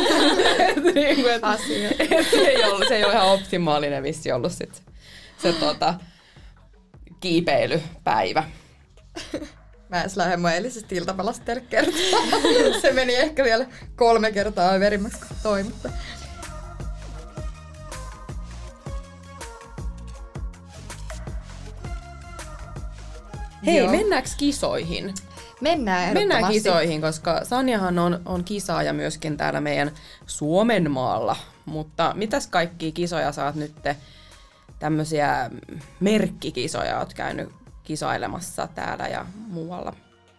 Se ei ole ihan optimaalinen vissi ollut sit se kiipeilypäivä. Mä en lähde mun eilisestä iltapalasta teille kertoa. Se meni ehkä vielä 3 kertaa verimmäksi kuin toi, mutta... Hei, Joo. mennäänkö kisoihin? Mennään Mennään kisoihin, koska Sanjahan on kisaaja myöskin täällä meidän Suomen maalla. Mutta mitäs kaikkia kisoja sä oot nyt tämmöisiä merkkikisoja oot käynyt kisailemassa täällä ja muualla?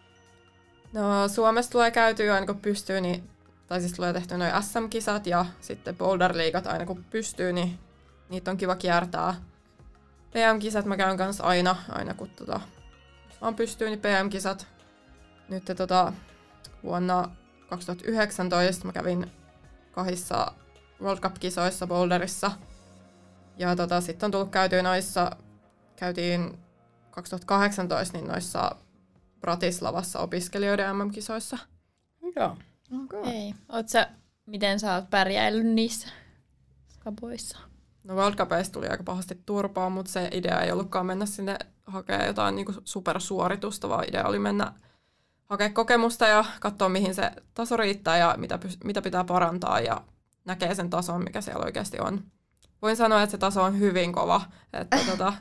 No Suomessa tulee käytyä aina kun pystyy, tai siis tulee tehty noin SM-kisat ja sitten boulder-liigat aina kun pystyy, niin niitä on kiva kiertää. PM-kisat mä käyn kanssa aina kun vaan pystyy, niin PM-kisat. Nyt vuonna 2019 mä kävin 2 World Cup-kisoissa Boulderissa. Ja sitten on tullut käytyä käytiin 2018 niin noissa Bratislavassa opiskelijoiden MM-kisoissa. Joo. Okay. Ei. Miten sä oot pärjäillyt niissä skaboissa? No World Cupeista tuli aika pahasti turpaa, mutta se idea ei ollutkaan mennä sinne hakemaan jotain niinku supersuoritusta, vaan idea oli mennä hakea kokemusta ja katsoa, mihin se taso riittää ja mitä pitää parantaa ja näkee sen tason, mikä siellä oikeasti on. Voin sanoa, että se taso on hyvin kova. Että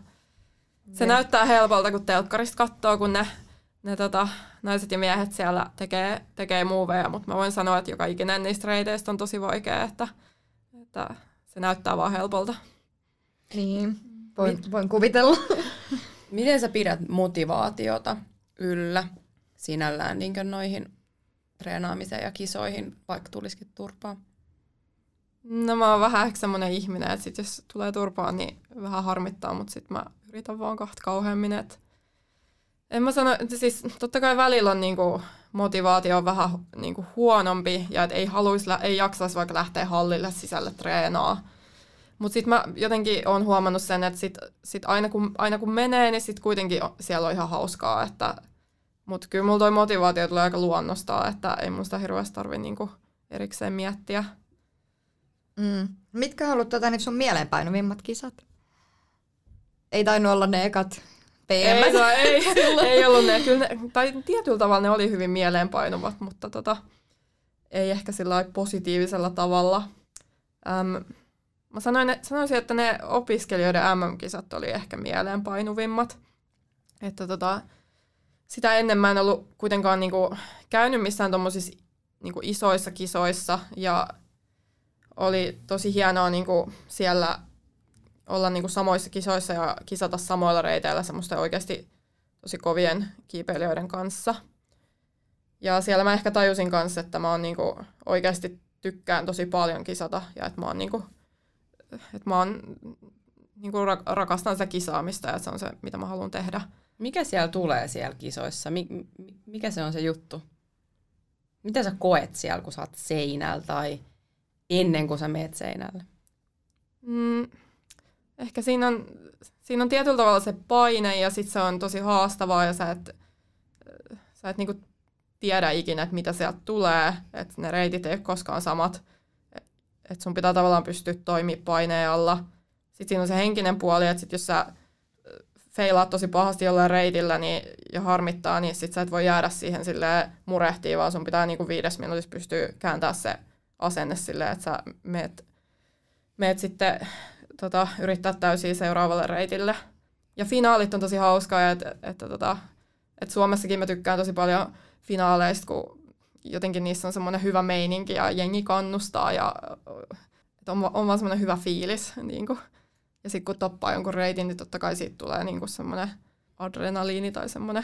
se näyttää helpolta, kun telkkarista katsoo, kun ne naiset ja miehet siellä tekee moveja, mutta mä voin sanoa, että joka ikinen niistä reiteistä on tosi vaikea, että se näyttää vaan helpolta. Niin, voin kuvitella. Miten sä pidät motivaatiota yllä sinällään niin noihin treenaamiseen ja kisoihin, vaikka tulisikin turpaa? No mä oon vähän ehkä semmonen ihminen, että sit jos tulee turpaa, niin vähän harmittaa, mutta sit mä yritän vaan kahta kauheammin. En mä sano, että siis totta kai välillä on niinku motivaatio on vähän niinku huonompi ja et ei jaksaisi vaikka lähteä hallille sisälle treenaa. Mutta sitten mä jotenkin oon huomannut sen, että sit aina kun menee, niin sit kuitenkin siellä on ihan hauskaa. Mutta kyllä mulla toi motivaatio tulee aika luonnostaan, että ei mun sitä hirveästi tarvitse niinku erikseen miettiä. Mitkä on ollut niin sun mieleenpainuvimmat kisat? Ei tainnut olla ne ekat PM. Ei ollut ne. Kyllä tai tietyllä tavalla ne oli hyvin mieleenpainuvat, mutta ei ehkä sillä positiivisella tavalla. Mä sanoisin, että ne opiskelijoiden MM-kisat oli ehkä mieleenpainuvimmat. Että sitä ennen mä en ollut kuitenkaan niinku käynyt missään tommosissa niinku isoissa kisoissa ja oli tosi hienoa niinku siellä olla niinku samoissa kisoissa ja kisata samoilla reiteillä semmoista oikeasti tosi kovien kiipeilijöiden kanssa. Ja siellä mä ehkä tajusin kanssa, että mä oon niinku oikeasti tykkään tosi paljon kisata ja että mä rakastan sitä kisaamista ja se on se, mitä mä haluan tehdä. Mikä siellä tulee siellä kisoissa? Mikä se on se juttu? Mitä sä koet siellä, kun sä oot seinällä tai ennen kuin sä meet seinälle? Ehkä siinä on tietyllä tavalla se paine ja sit se on tosi haastavaa ja sä et niinku tiedä ikinä, että mitä sieltä tulee. Että ne reitit ei ole koskaan samat. Että sun pitää tavallaan pystyä toimimaan paineen alla. Sitten siinä on se henkinen puoli, että sit jos sä feilaat tosi pahasti jollain reitillä ja harmittaa, niin sit sä et voi jäädä siihen silleen murehtiin, vaan sun pitää niinku 5 minuutissa pystyä kääntämään se asenne silleen, että sä meet sitten yrittää täysiä seuraavalle reitille. Ja finaalit on tosi hauskaa, että Suomessakin mä tykkään tosi paljon finaaleista, kun jotenkin niissä on semmoinen hyvä meininki ja jengi kannustaa ja Että on vaan semmoinen hyvä fiilis. Niin kuin. Ja sitten kun toppaa jonkun reitin, niin totta kai siitä tulee niin kuin semmoinen adrenaliini tai semmoinen.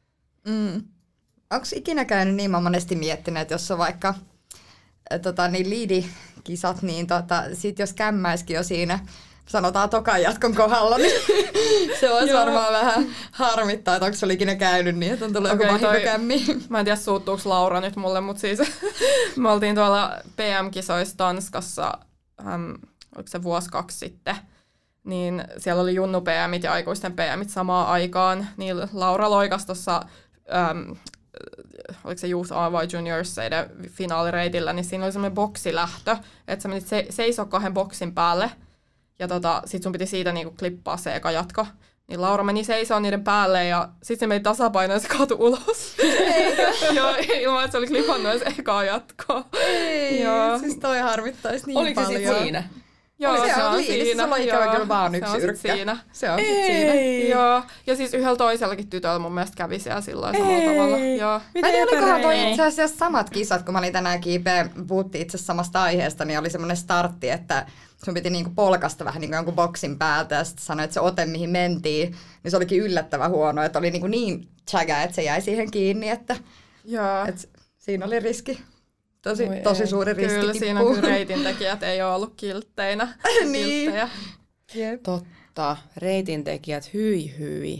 Onko ikinä käynyt niin, mä oon monesti miettinyt, että jos on vaikka niin liidikisat, niin sit jos kämmäiskin jo siinä, sanotaan tokan jatkon kohdalla, niin se voisi varmaan vähän harmittaa, että onko se ikinä käynyt niin, että on tullut joku vahinkokämmi. Mä en tiedä, suuttuuko Laura nyt mulle, mutta siis me oltiin tuolla PM-kisoissa Tanskassa, oliko se vuosi 2 sitten, niin siellä oli junnu PMit ja aikuisten PMit samaan aikaan, niin Laura loikas tuossa, oliko se Youth vai Juniorseiden finaalireitillä, niin siinä oli semmoinen boksilähtö, että sä menit seisoo 2 boksin päälle, ja sit sun piti siitä niinku klippaa se eka jatko. Niin Laura meni seisoon niiden päälle ja sitten se meni tasapainoon ja se kaatui ulos. Joo, ilman että se oli klippannut edes ekaa jatkoa. Joo. Siis toi harmittaisi niin oliko paljon. Oliko se siinä? Joo, se on siinä. Sulla on ikävä kyllä vaan yksi yrkkä. Se on siinä. Joo, ja siis yhdellä toisellakin tytöllä mun mielestä kävi siellä silloin samalla tavalla. Joo. Mä en tiedä, olikohan toi itse asiassa samat kisat, kun mä olin tänään puhuttiin itse asiassa samasta aiheesta, niin oli semmoinen startti, että sun piti niinku polkasta vähän niinku jonkun boksin päältä ja sitten sanoit, että se ote, mihin mentiin, niin se olikin yllättävän huono, että oli niinku niin tsägä, että se jäi siihen kiinni, että siinä oli riski. Tosi suuri riski kyllä, tippuu. Siinä on kyllä reitintekijät ei ole ollut kiltteinä. Niin. Yep. Totta, reitintekijät, hyi.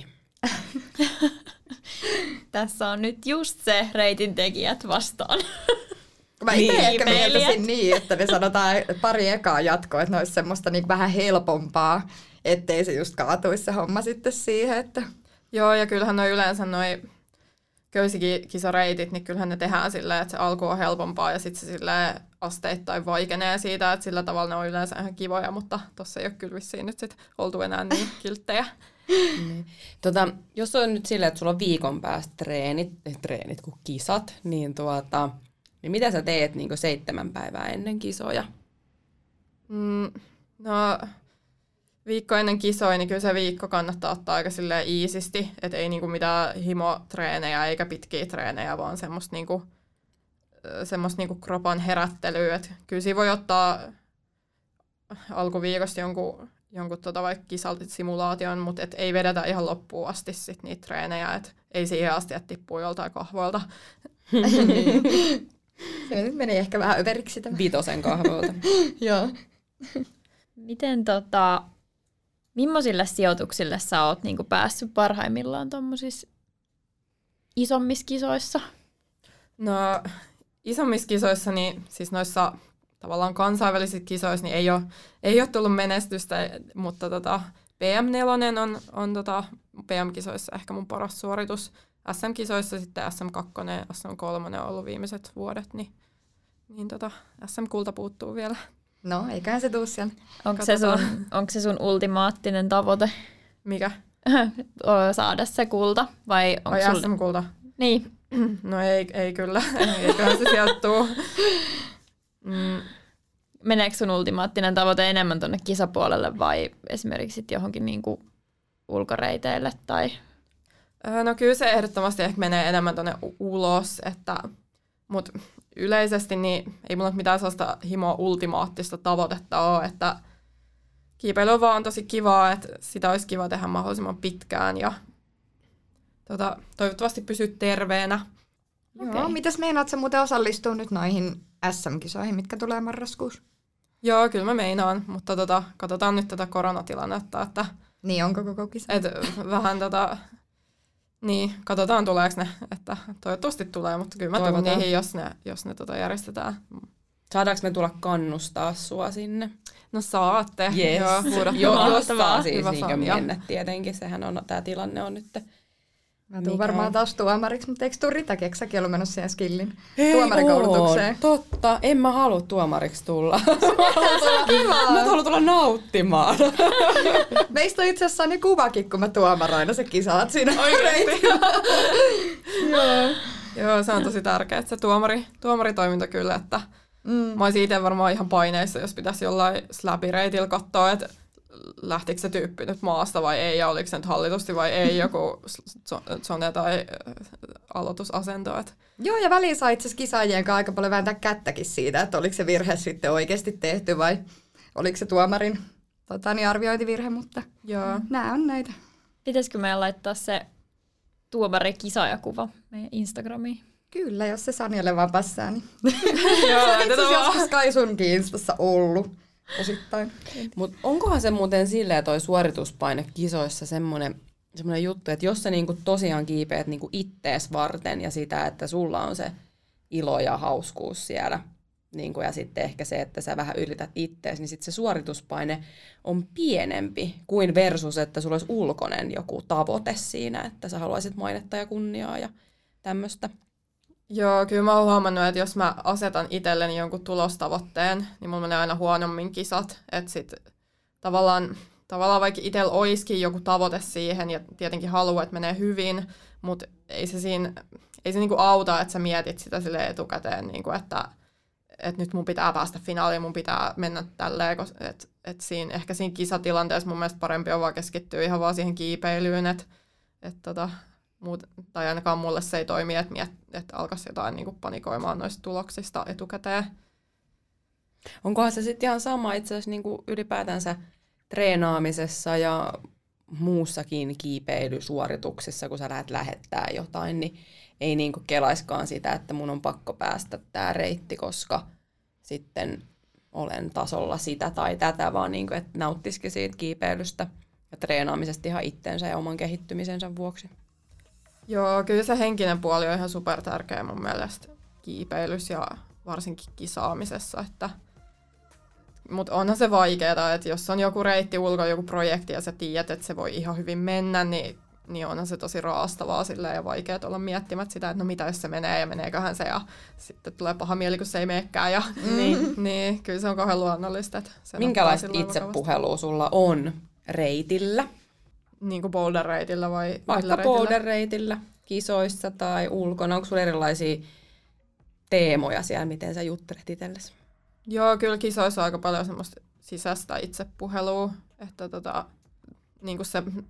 Tässä on nyt just se reitintekijät vastaan. Mä itse ehkä mietisin niin, että ne sanotaan pari ekaa jatkoa, että ne olisi semmoista niin vähän helpompaa, ettei se just kaatuisi se homma sitten siihen. Että... Joo, ja kyllähän noi yleensä noi köysikisareitit, niin kyllähän ne tehdään silleen, että se alku on helpompaa ja sitten se silleen asteittain vaikenee siitä, että sillä tavalla ne on yleensä ihan kivoja, mutta tossa ei ole kyllä vissiin nyt sit oltu enää niin kilttejä. Niin. Jos on nyt silleen, että sulla on viikon päästä treenit kuin kisat, niin niin mitä sä teet niin 7 päivää ennen kisoja? No, viikko ennen kisoja, niin kyllä se viikko kannattaa ottaa aika silleen iisisti, että ei niinku mitään himotreenejä eikä pitkiä treenejä, vaan semmoista niinku kropan herättelyä. Et kyllä siinä voi ottaa alkuviikosta jonkun vaikka kisasimulaation, mutta et ei vedetä ihan loppuun asti sit niitä treenejä, et ei siihen asti, että tippuu joltain kahvoilta. Se nyt meni ehkä vähän överiksi tämä. 5 kahvoilta. Joo. Miten millaisille sijoituksille sä oot niinku päässyt parhaimmillaan tommosissa isommissa kisoissa? No, isommissa kisoissa, niin siis noissa tavallaan kansainvälisissä kisoissa, niin ei ole tullut menestystä, mutta PM4 on PM-kisoissa ehkä mun paras suoritus. SM-kisoissa sitten SM2 ja SM3 on ollut viimeiset vuodet, niin SM-kulta puuttuu vielä. No, eiköhän se tuu siellä. Onko se sun ultimaattinen tavoite? Mikä? Saada se kulta? Vai SM-kulta? Niin. No ei kyllä. Eiköhän se sieltä tuu. Meneekö sun ultimaattinen tavoite enemmän tuonne kisapuolelle vai esimerkiksi johonkin niinku ulkoreiteille? Tai... No kyllä se ehdottomasti ehkä menee enemmän tuonne ulos, mutta yleisesti niin ei mulla mitään sellaista himoa ultimaattista tavoitetta ole, että kiipeily on vaan tosi kivaa, että sitä olisi kiva tehdä mahdollisimman pitkään ja toivottavasti pysyt terveenä. Okay. Joo, mitäs meinaat sä muuten osallistua nyt noihin SM-kisoihin, mitkä tulee marraskuussa? Joo, kyllä mä meinaan, mutta katsotaan nyt tätä koronatilannetta, että... Niin, onko koko kisa? Vähän niin, katsotaan tuleeko ne, että toivottavasti tulee, mutta kyllä mä tulen niihin, jos ne järjestetään. Saadaanko me tulla kannustaa sua sinne? No saatte. Yes. Joo, jos saa siis mennä tietenkin, sehän on, tämä tilanne on nyt. Mä tuun varmaan taas tuomariksi, mutta eikö tuu Ritakin, eikö säkin ollut menossa siihen skillin tuomarikoulutukseen? Totta, en mä halua tuomariksi tulla. Mä haluan tulla nauttimaan. Meistä on itse asiassa ne kuvakin, kun mä tuomaroin se kisaat siinä. Oikeesti? Joo, se on tosi tärkeää, että se tuomaritoiminta kyllä, että mä olisin itse varmaan ihan paineissa, jos pitäisi jollain slabbireitillä katsoa, että lähtikö se tyyppi nyt maasta vai ei, ja oliko se nyt hallitusti vai ei, joku zone tai aloitusasento. Joo, ja väliin saa itse asiassa kisaajien kanssa aika paljon vääntää kättäkin siitä, että oliko se virhe sitten oikeasti tehty vai oliko se tuomarin arviointivirhe, mutta Joo. nämä on näitä. Pitäisikö meidän laittaa se tuomari-kisaajakuva meidän Instagramiin? Kyllä, jos se Sanjalle vaan passää, niin Joo, se on itse asiassa joskus kai sunkin Instassa ollut osittain. Mut onkohan se muuten silleen toi suorituspaine kisoissa semmoinen juttu, että jos sä niinku tosiaan kiipeät niinku ittees varten ja sitä, että sulla on se ilo ja hauskuus siellä, niinku, ja sitten ehkä se, että sä vähän ylität ittees, niin sitten se suorituspaine on pienempi kuin versus, että sulla olisi ulkoinen joku tavoite siinä, että sä haluaisit mainetta ja kunniaa ja tämmöistä. Joo, kyllä mä oon huomannut, että jos mä asetan itselleni jonkun tulostavoitteen, niin mulla menee aina huonommin kisat. Että sit tavallaan vaikka itsellä olisikin joku tavoite siihen ja tietenkin haluaa, että menee hyvin, mutta ei se niinku auta, että sä mietit sitä sille etukäteen, niinku, että nyt mun pitää päästä finaaliin, mun pitää mennä tälleen. Ehkä siinä kisatilanteessa mun mielestä parempi on vaan keskittyä ihan vaan siihen kiipeilyyn, tai ainakaan mulle se ei toimi, että alkaisi jotain niin kuin panikoimaan noista tuloksista etukäteen. Onkohan se sitten ihan sama itse asiassa niin kuin ylipäätänsä treenaamisessa ja muussakin kiipeilysuorituksissa, kun sä lähdet lähettää jotain, niin ei niin kuin kelaiskaan sitä, että mun on pakko päästä tää reitti, koska sitten olen tasolla sitä tai tätä, vaan niin kuin, että nauttisikin siitä kiipeilystä ja treenaamisesta ihan itsensä ja oman kehittymisensä vuoksi. Joo, kyllä se henkinen puoli on ihan super tärkeä mun mielestä kiipeilyssä ja varsinkin kisaamisessa. Mutta onhan se vaikeaa, että jos on joku reitti ulkona, joku projekti ja sä tiedät, että se voi ihan hyvin mennä, niin onhan se tosi raastavaa silleen ja vaikeaa olla miettimät sitä, että no mitä jos se menee ja meneeköhän se ja sitten tulee paha mieli, kun se ei meekään. Ja, niin, kyllä se on kauhean luonnollista. Minkälaista itsepuhelua sulla on reitillä? Niin kuin boulder-reitillä vai vaikka boulder-reitillä, kisoissa tai ulkona. Onko sulla erilaisia teemoja siellä, miten sä juttelet itsellesi? Joo, kyllä kisoissa on aika paljon semmoista sisäistä itsepuhelua. Että niin kuin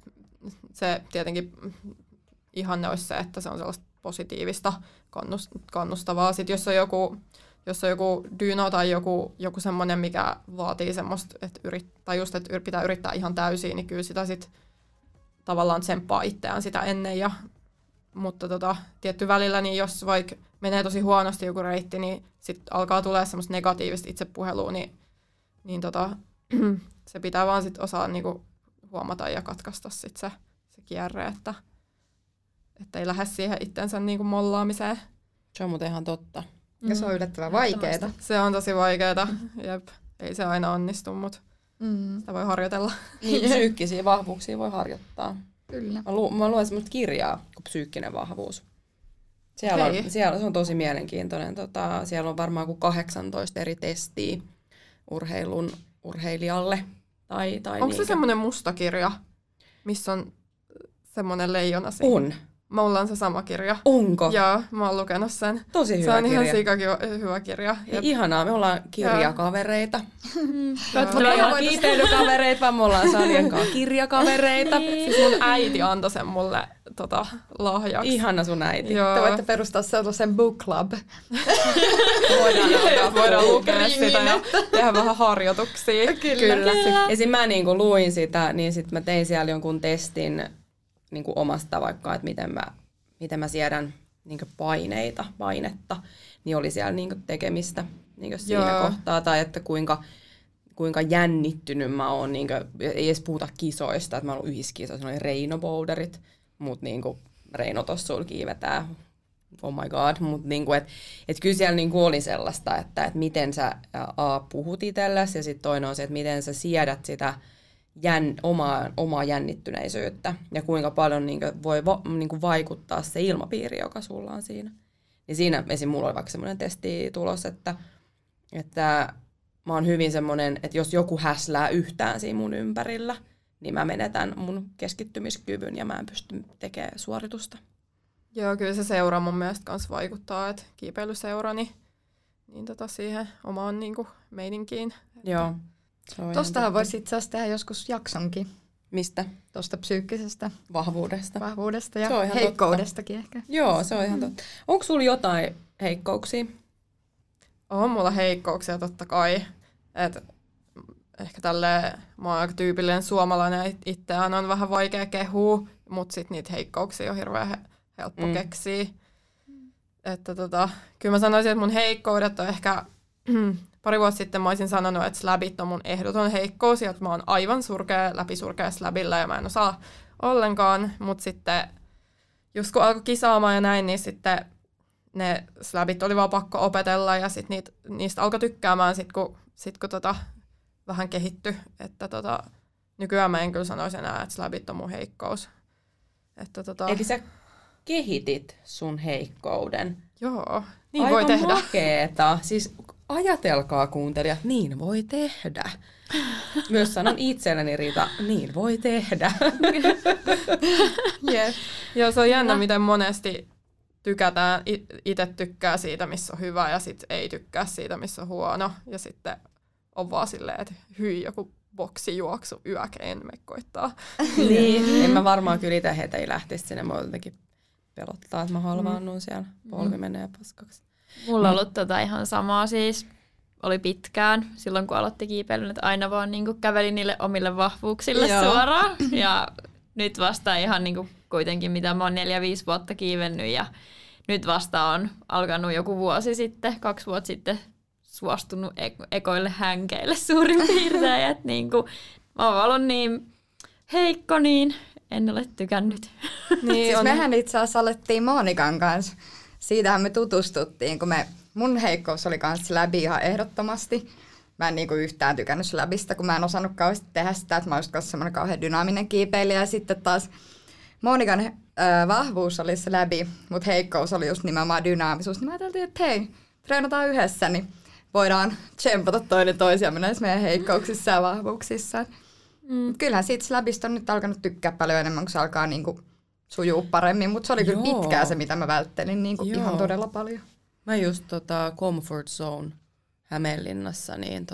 se tietenkin ihanne olisi se, että se on sellaista positiivista, kannustavaa. Sitten jos on joku dyno tai joku semmoinen, mikä vaatii semmoista, että pitää yrittää ihan täysin, niin kyllä sitä sitten tavallaan tsemppaa itseään sitä ennen. Mutta tietty välillä, niin jos vaikka menee tosi huonosti joku reitti, niin sitten alkaa tulee semmoista negatiivista itsepuhelua, niin se pitää vaan sit osaa niinku huomata ja katkaista sit se kierre, että ei lähde siihen itsensä niinku mollaamiseen. Se on muuten ihan totta. Ja se on yllättävän vaikeeta. Se on tosi vaikeeta, jep. Ei se aina onnistu, mutta sitä voi harjoitella. Niin, psyykkisiä vahvuuksia voi harjoittaa. Kyllä. Mä luen semmoista kirjaa kuin Psyykkinen vahvuus. Siellä se on tosi mielenkiintoinen. Siellä on varmaan kuin 18 eri testiä urheilijalle. Onko se semmoinen musta kirja, missä on semmoinen leijona siinä? On. Mulla on se sama kirja. Onko? Joo, mä oon lukenut sen. Tosi hyvä kirja. Se on kirja. ihan sikakin hyvä kirja. Ihanaa, me ollaan kirjakavereita. Me ollaan kiipeilykavereita, vaan me ollaan Sanjan kanssa kirjakavereita. Siis mun äiti antoi sen mulle lahjaksi. Ihana sun äiti. Joo. Te voitte perustaa sellaisen book club. Voidaan lukea sitä ja tehdä vähän harjoituksia. Kyllä. Esim. Mä niinku luin sitä, niin sit mä tein siellä jonkun testin niinku omasta vaikka, että miten mä siedän niinku painetta, niin oli siellä niinku tekemistä niinku siinä kohtaa, tai että kuinka jännittynyt mä oon, niinku, ei edes puhuta kisoista, että mä oon ollut yhdessä kisoissa, ne oli Reino Boulderit, mutta niinku Reino tossa sulla kiivetään, oh my god, mutta niinku, et kyllä siellä niinku oli sellaista, että miten sä puhut itsellesi, ja sitten toinen on se, että miten sä siedät sitä omaa jännittyneisyyttä ja kuinka paljon voi vaikuttaa se ilmapiiri, joka sulla on siinä. Niin siinä esim. Mulla oli vaikka semmoinen testitulos, että mä oon hyvin semmoinen, että jos joku häslää yhtään siinä mun ympärillä, niin mä menetän mun keskittymiskyvyn ja mä en pysty tekemään suoritusta. Joo, kyllä se seura mun mielestä kans vaikuttaa, että kiipeilyseura, niin siihen omaan niinku meininkiin. Joo. Tostahan voisi itse asiassa tehdä joskus jaksonkin. Mistä? Tuosta psyykkisestä vahvuudesta ja heikkoudestakin ehkä. Joo, se on ihan totta. Onko sulla jotain heikkouksia? On mulla heikkouksia totta kai. ehkä mä oon aika tyypillinen suomalainen, itseään on vähän vaikea kehua, mutta sitten niitä heikkouksia on hirveän helppo keksiä. Että kyllä mä sanoisin, että mun heikkoudet on ehkä, pari vuotta sitten mä olisin sanonut, että slabit on mun ehdoton heikkous, ja että mä oon aivan läpisurkea slabilla, ja mä en osaa ollenkaan, mutta sitten just kun alkoi kisaamaan ja näin, niin sitten ne slabit oli vaan pakko opetella, ja sitten niistä alkoi tykkäämään, kun vähän kehittyi, että nykyään mä en kyllä sanoisi enää, että slabit on mun heikkous. Että Eli sä kehitit sun heikkouden. Joo, niin Aivan voi tehdä. makeeta. Siis ajatelkaa kuuntelijat, niin voi tehdä. Myös sanon itselleni, Riita, niin voi tehdä. Yeah. Joo, se on jännä, miten monesti itse tykkää siitä, missä on hyvä, ja sitten ei tykkää siitä, missä on huono. Ja sitten on vaan silleen, että hyi, joku boksijuoksu yökein me koittaa. Niin, en mä varmaan kyllä itse heitä ei lähtisi sinne. Mä jotenkin pelottaa, että mä halvaannun siellä. Polvi menee paskaksi. Mulla on ollut ihan samaa siis. Oli pitkään silloin, kun aloitti kiipeilyn, että aina vaan niin kuin käveli niille omille vahvuuksille suoraan. Ja nyt vasta ihan niin kuin kuitenkin, mitä mä oon 4-5 vuotta kiivennyt. Ja nyt vasta on alkanut joku vuosi sitten, 2 vuotta sitten suostunut ekoille hänkeille suurin piirtein. Että niin kuin, mä oon ollut niin heikko, niin en ole tykännyt. Niin, siis mehän itse asiassa alettiin Monikan kanssa. Siitähän me tutustuttiin, kun mun heikkous oli kanssa läbi ihan ehdottomasti. Mä en niinku yhtään tykännyt läbistä, kun mä en osannut kauheasti tehdä sitä, että mä olisin kanssa semmoinen kauhean dynaaminen kiipeilijä. Ja sitten taas Monikan vahvuus oli se läbi, mutta heikkous oli just nimenomaan dynaamisuus. Niin mä ajattelin, että hei, treenataan yhdessä, niin voidaan tsempata toinen toisiamme näissä meidän heikkouksissa ja vahvuuksissa. Kyllähän siitä läbistä on nyt alkanut tykkää paljon enemmän, kun se alkaa niinku sujuu paremmin, mutta se oli kyllä pitkään se, mitä mä välttelin niinku ihan todella paljon. Mä just Comfort Zone Hämeenlinnassa, niin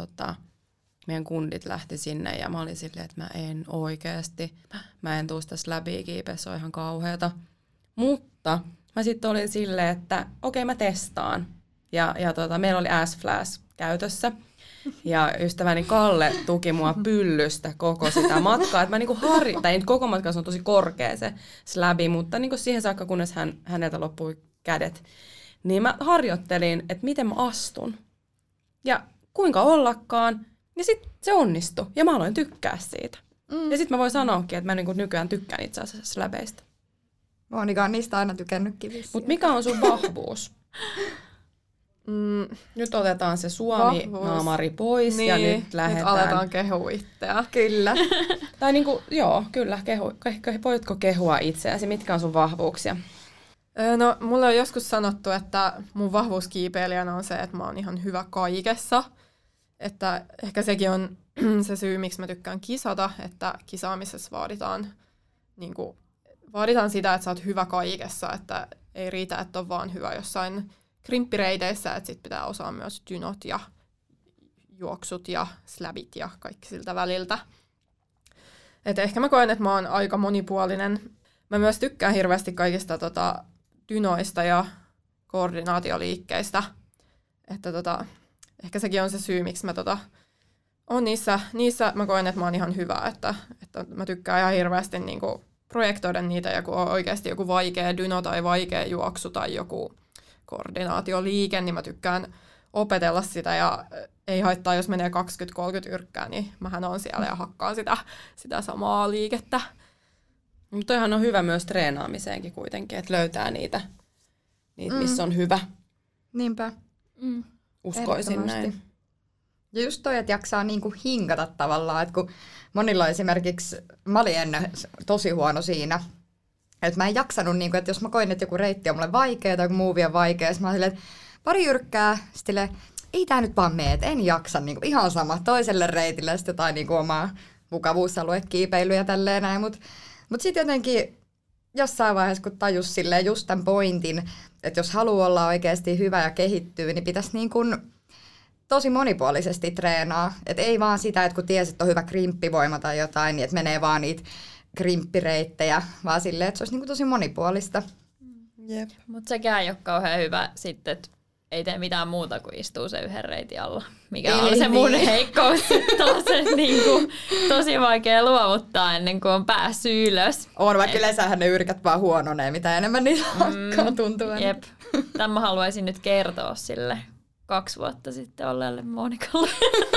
meidän kundit lähti sinne ja mä olin silleen, että mä en oikeasti, mä en tuu sitä läpi kiipeä, se on ihan kauheata. Mutta mä sitten olin silleen, että okei, mä testaan. Ja meillä oli S-Flash käytössä. Ja ystäväni Kalle tuki mua pyllystä koko sitä matkaa. Että mä niinku tai koko matka, se on tosi korkea se läbi, mutta niinku siihen saakka, kunnes häneltä loppui kädet. Niin mä harjoittelin, että miten mä astun. Ja kuinka ollakaan. Ja sitten se onnistui. Ja mä aloin tykkää siitä. Ja sitten mä voin sanoakin, että mä niinku nykyään tykkään itse asiassa läbeistä. Monika on niistä aina tykännyt kivissä. Mutta mikä on sun vahvuus? Nyt otetaan se Suomi-naamari pois ja nyt lähdetään. Nyt aletaan kehua itseä. Kyllä. Tai niinku, joo, kyllä, voitko kehua itseäsi? Mitkä on sun vahvuuksia? No, mulle on joskus sanottu, että mun vahvuuskiipeilijänä on se, että mä oon ihan hyvä kaikessa. Että ehkä sekin on se syy, miksi mä tykkään kisata, että kisaamisessa vaaditaan sitä, että sä oot hyvä kaikessa, että ei riitä, että on vaan hyvä jossain krimppireiteissä, että sit pitää osaa myös dynot ja juoksut ja slabit ja kaikki siltä väliltä. Et ehkä mä koen, että mä oon aika monipuolinen. Mä myös tykkään hirveästi kaikista dynoista ja koordinaatioliikkeistä. Että ehkä sekin on se syy, miksi mä on niissä mä koen, että mä oon ihan hyvä. Että mä tykkään ihan hirveästi niinku projektoida niitä, ja kun on oikeasti joku vaikea dyno tai vaikea juoksu tai joku koordinaatioliike, niin mä tykkään opetella sitä, ja ei haittaa, jos menee 20-30 yrkkää, niin mähän on siellä ja hakkaan sitä samaa liikettä. Mutta toihan on hyvä myös treenaamiseenkin kuitenkin, että löytää niitä missä on hyvä. Niinpä. Uskoisin näin. Ja just toi, että jaksaa niinku hinkata tavallaan, että kun monilla esimerkiksi, mä olin ennen tosi huono siinä, että mä en jaksanut, niinku, että jos mä koin, että joku reitti on mulle vaikea tai joku muuvi on vaikea, mä olin silleen, että pari yrkkää, sitten ei tää nyt vaan mene, että en jaksa, niinku, ihan sama toiselle reitille, ja sitten jotain niinku omaa mukavuusaluekiipeilyä ja tälleen näin, mutta sitten jotenkin jossain vaiheessa, kun tajus silleen just tämän pointin, että jos haluaa olla oikeasti hyvä ja kehittyy, niin pitäisi niin kuin tosi monipuolisesti treenaa. Että ei vaan sitä, että kun tiesi, että on hyvä krimppivoima tai jotain, niin että menee vaan niitä krimppireittejä, vaan silleen, että se olisi niin kuin tosi monipuolista. Mutta sekään ei ole kauhean hyvä sitten, että ei tee mitään muuta kuin istuu se yhden reitin alla, mikä on se mun heikkous. Se niinku, tosi vaikea luovuttaa ennen kuin on päässyt ylös. On, vaikka yleensähän ne yrkät vaan huononee, mitä enemmän niitä alkaa tuntua. Jep. Tämän mä haluaisin nyt kertoa sille 2 vuotta sitten olleelle Monikalle.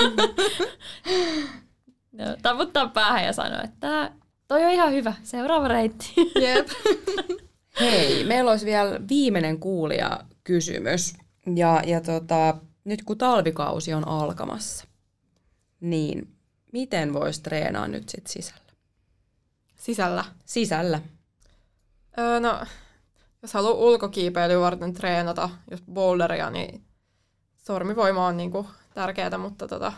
Taputtaa päähän ja sanoa, että toi on ihan hyvä, seuraava reitti. Jep. Hei, meillä olisi vielä viimeinen kuulijakysymys. Ja nyt kun talvikausi on alkamassa, niin miten voisi treenaa nyt sit sisällä? Sisällä. No, jos haluaa ulkokiipeilyä varten treenata, jos boulderia, niin sormivoima on niinku tärkeää, mutta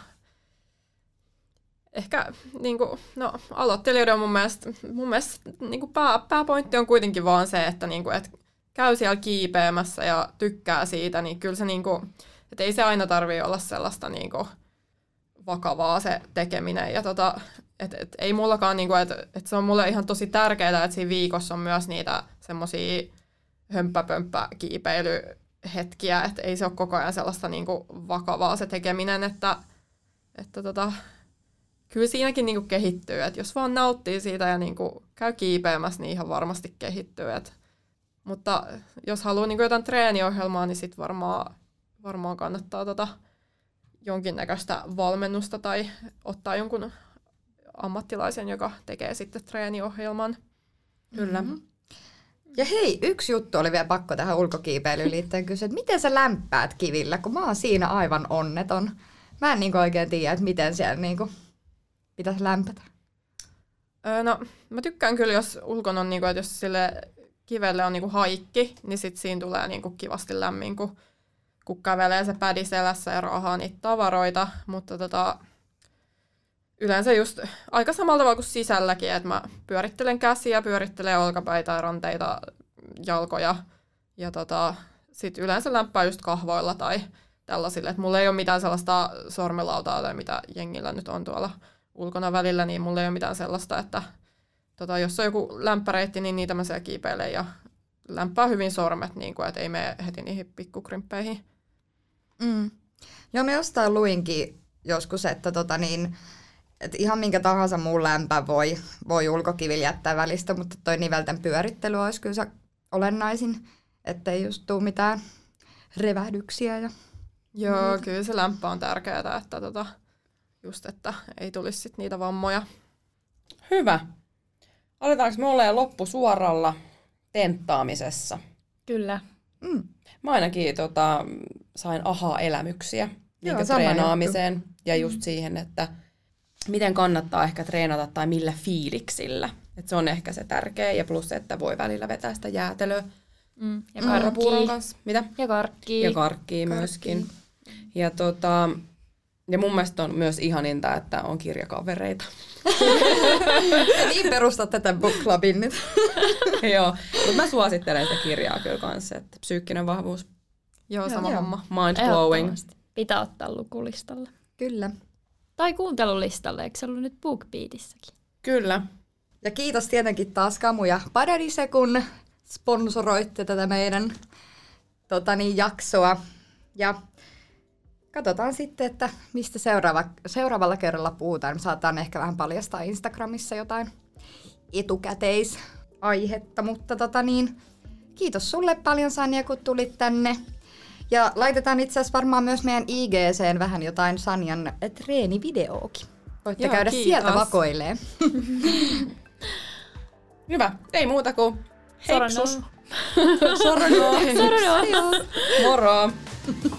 ehkä niinku, no, aloittelijoiden on mun mielestä niinku pääpointti on kuitenkin vaan se, että niinku, et käy siellä kiipeämässä ja tykkää siitä, niin kyllä se niinku, et ei se aina tarvitse olla sellaista niinku vakavaa se tekeminen. Ja et ei mullakaan, niinku, et se on mulle ihan tosi tärkeää, että siinä viikossa on myös niitä semmosia hömppäpömppäkiipeilyhetkiä, että ei se ole koko ajan sellaista niinku vakavaa se tekeminen, että kyllä siinäkin niinku kehittyy, että jos vaan nauttii siitä ja niinku käy kiipeämässä, niin ihan varmasti kehittyy. Mutta jos haluaa niinku jotain treeniohjelmaa, niin sit varmaan kannattaa jonkinnäköistä valmennusta tai ottaa jonkun ammattilaisen, joka tekee sitten treeniohjelman. Kyllä. Mm-hmm. Ja hei, yksi juttu oli vielä pakko tähän ulkokiipeilyyn liittyen kysyä, että miten sä lämpäät kivillä, kun mä oon siinä aivan onneton. Mä en niinku oikein tiedä, että miten siellä niinku pitäisi lämpätä. No, mä tykkään kyllä, jos ulkona on, niinku, että jos sille kivelle on niinku haikki, niin sit siinä tulee niinku kivasti lämmin, kun kävelee se pädi selässä ja raahaa niitä tavaroita. Mutta yleensä just aika samalla tavalla kuin sisälläkin, että mä pyörittelen käsiä, pyörittelen olkapäitä ja ranteita, jalkoja. Ja sit yleensä lämpää just kahvoilla tai tällaisille. Että mulla ei ole mitään sellaista sormelautaa tai mitä jengillä nyt on tuolla ulkona välillä, niin mulla ei ole mitään sellaista, että jos on joku lämpäreitti, niin niitä mä siellä kiipeilen ja lämpää hyvin sormet, niin kuin, että ei mene heti niihin pikkukrimppeihin. Mm. Joo, mä jostain luinkin joskus, että että ihan minkä tahansa muun lämpä voi ulkokivillä jättää välistä, mutta toi nivelten pyörittely olisi kyllä olennaisin, ettei just tule mitään revähdyksiä. Joo, kyllä se lämpö on tärkeää, että just, että ei tulisi sit niitä vammoja. Hyvä. Aletaanko me olemaan loppusuoralla tenttaamisessa? Kyllä. Mm. Mä ainakin sain aha-elämyksiä sama treenaamiseen juttu. ja just siihen, että miten kannattaa ehkä treenata tai millä fiiliksillä. Et se on ehkä se tärkeä ja plus se, että voi välillä vetää sitä jäätelöä. Ja karkkiin kanssa. Mitä? Ja karkkiin. Ja karkkiin myöskin. Ja mun mielestä on myös ihaninta, että on kirjakavereita. Niin perustat tätä book clubin nyt. Joo, mutta mä suosittelen sitä kirjaa kyllä kanssa, että psyykkinen vahvuus. Joo, sama homma. Mind blowing. Pitää ottaa lukulistalle. Kyllä. Tai kuuntelulistalle, eikö se ollut nyt BookBeatissäkin? Kyllä. Ja kiitos tietenkin taas Kamu ja Paradise, kun sponsoroitte tätä meidän jaksoa. Ja katsotaan sitten, että mistä seuraavalla kerralla puhutaan. Me saataan ehkä vähän paljastaa Instagramissa jotain etukäteisaihetta, mutta kiitos sulle paljon, Sanja, kun tulit tänne. Ja laitetaan itse asiassa varmaan myös meidän IGC:n vähän jotain Sanjan treenivideookin. Voitte käydä kiitos. sieltä vakoilee. Hyvä. Ei muuta kuin heipsus. Soronoo. Moro.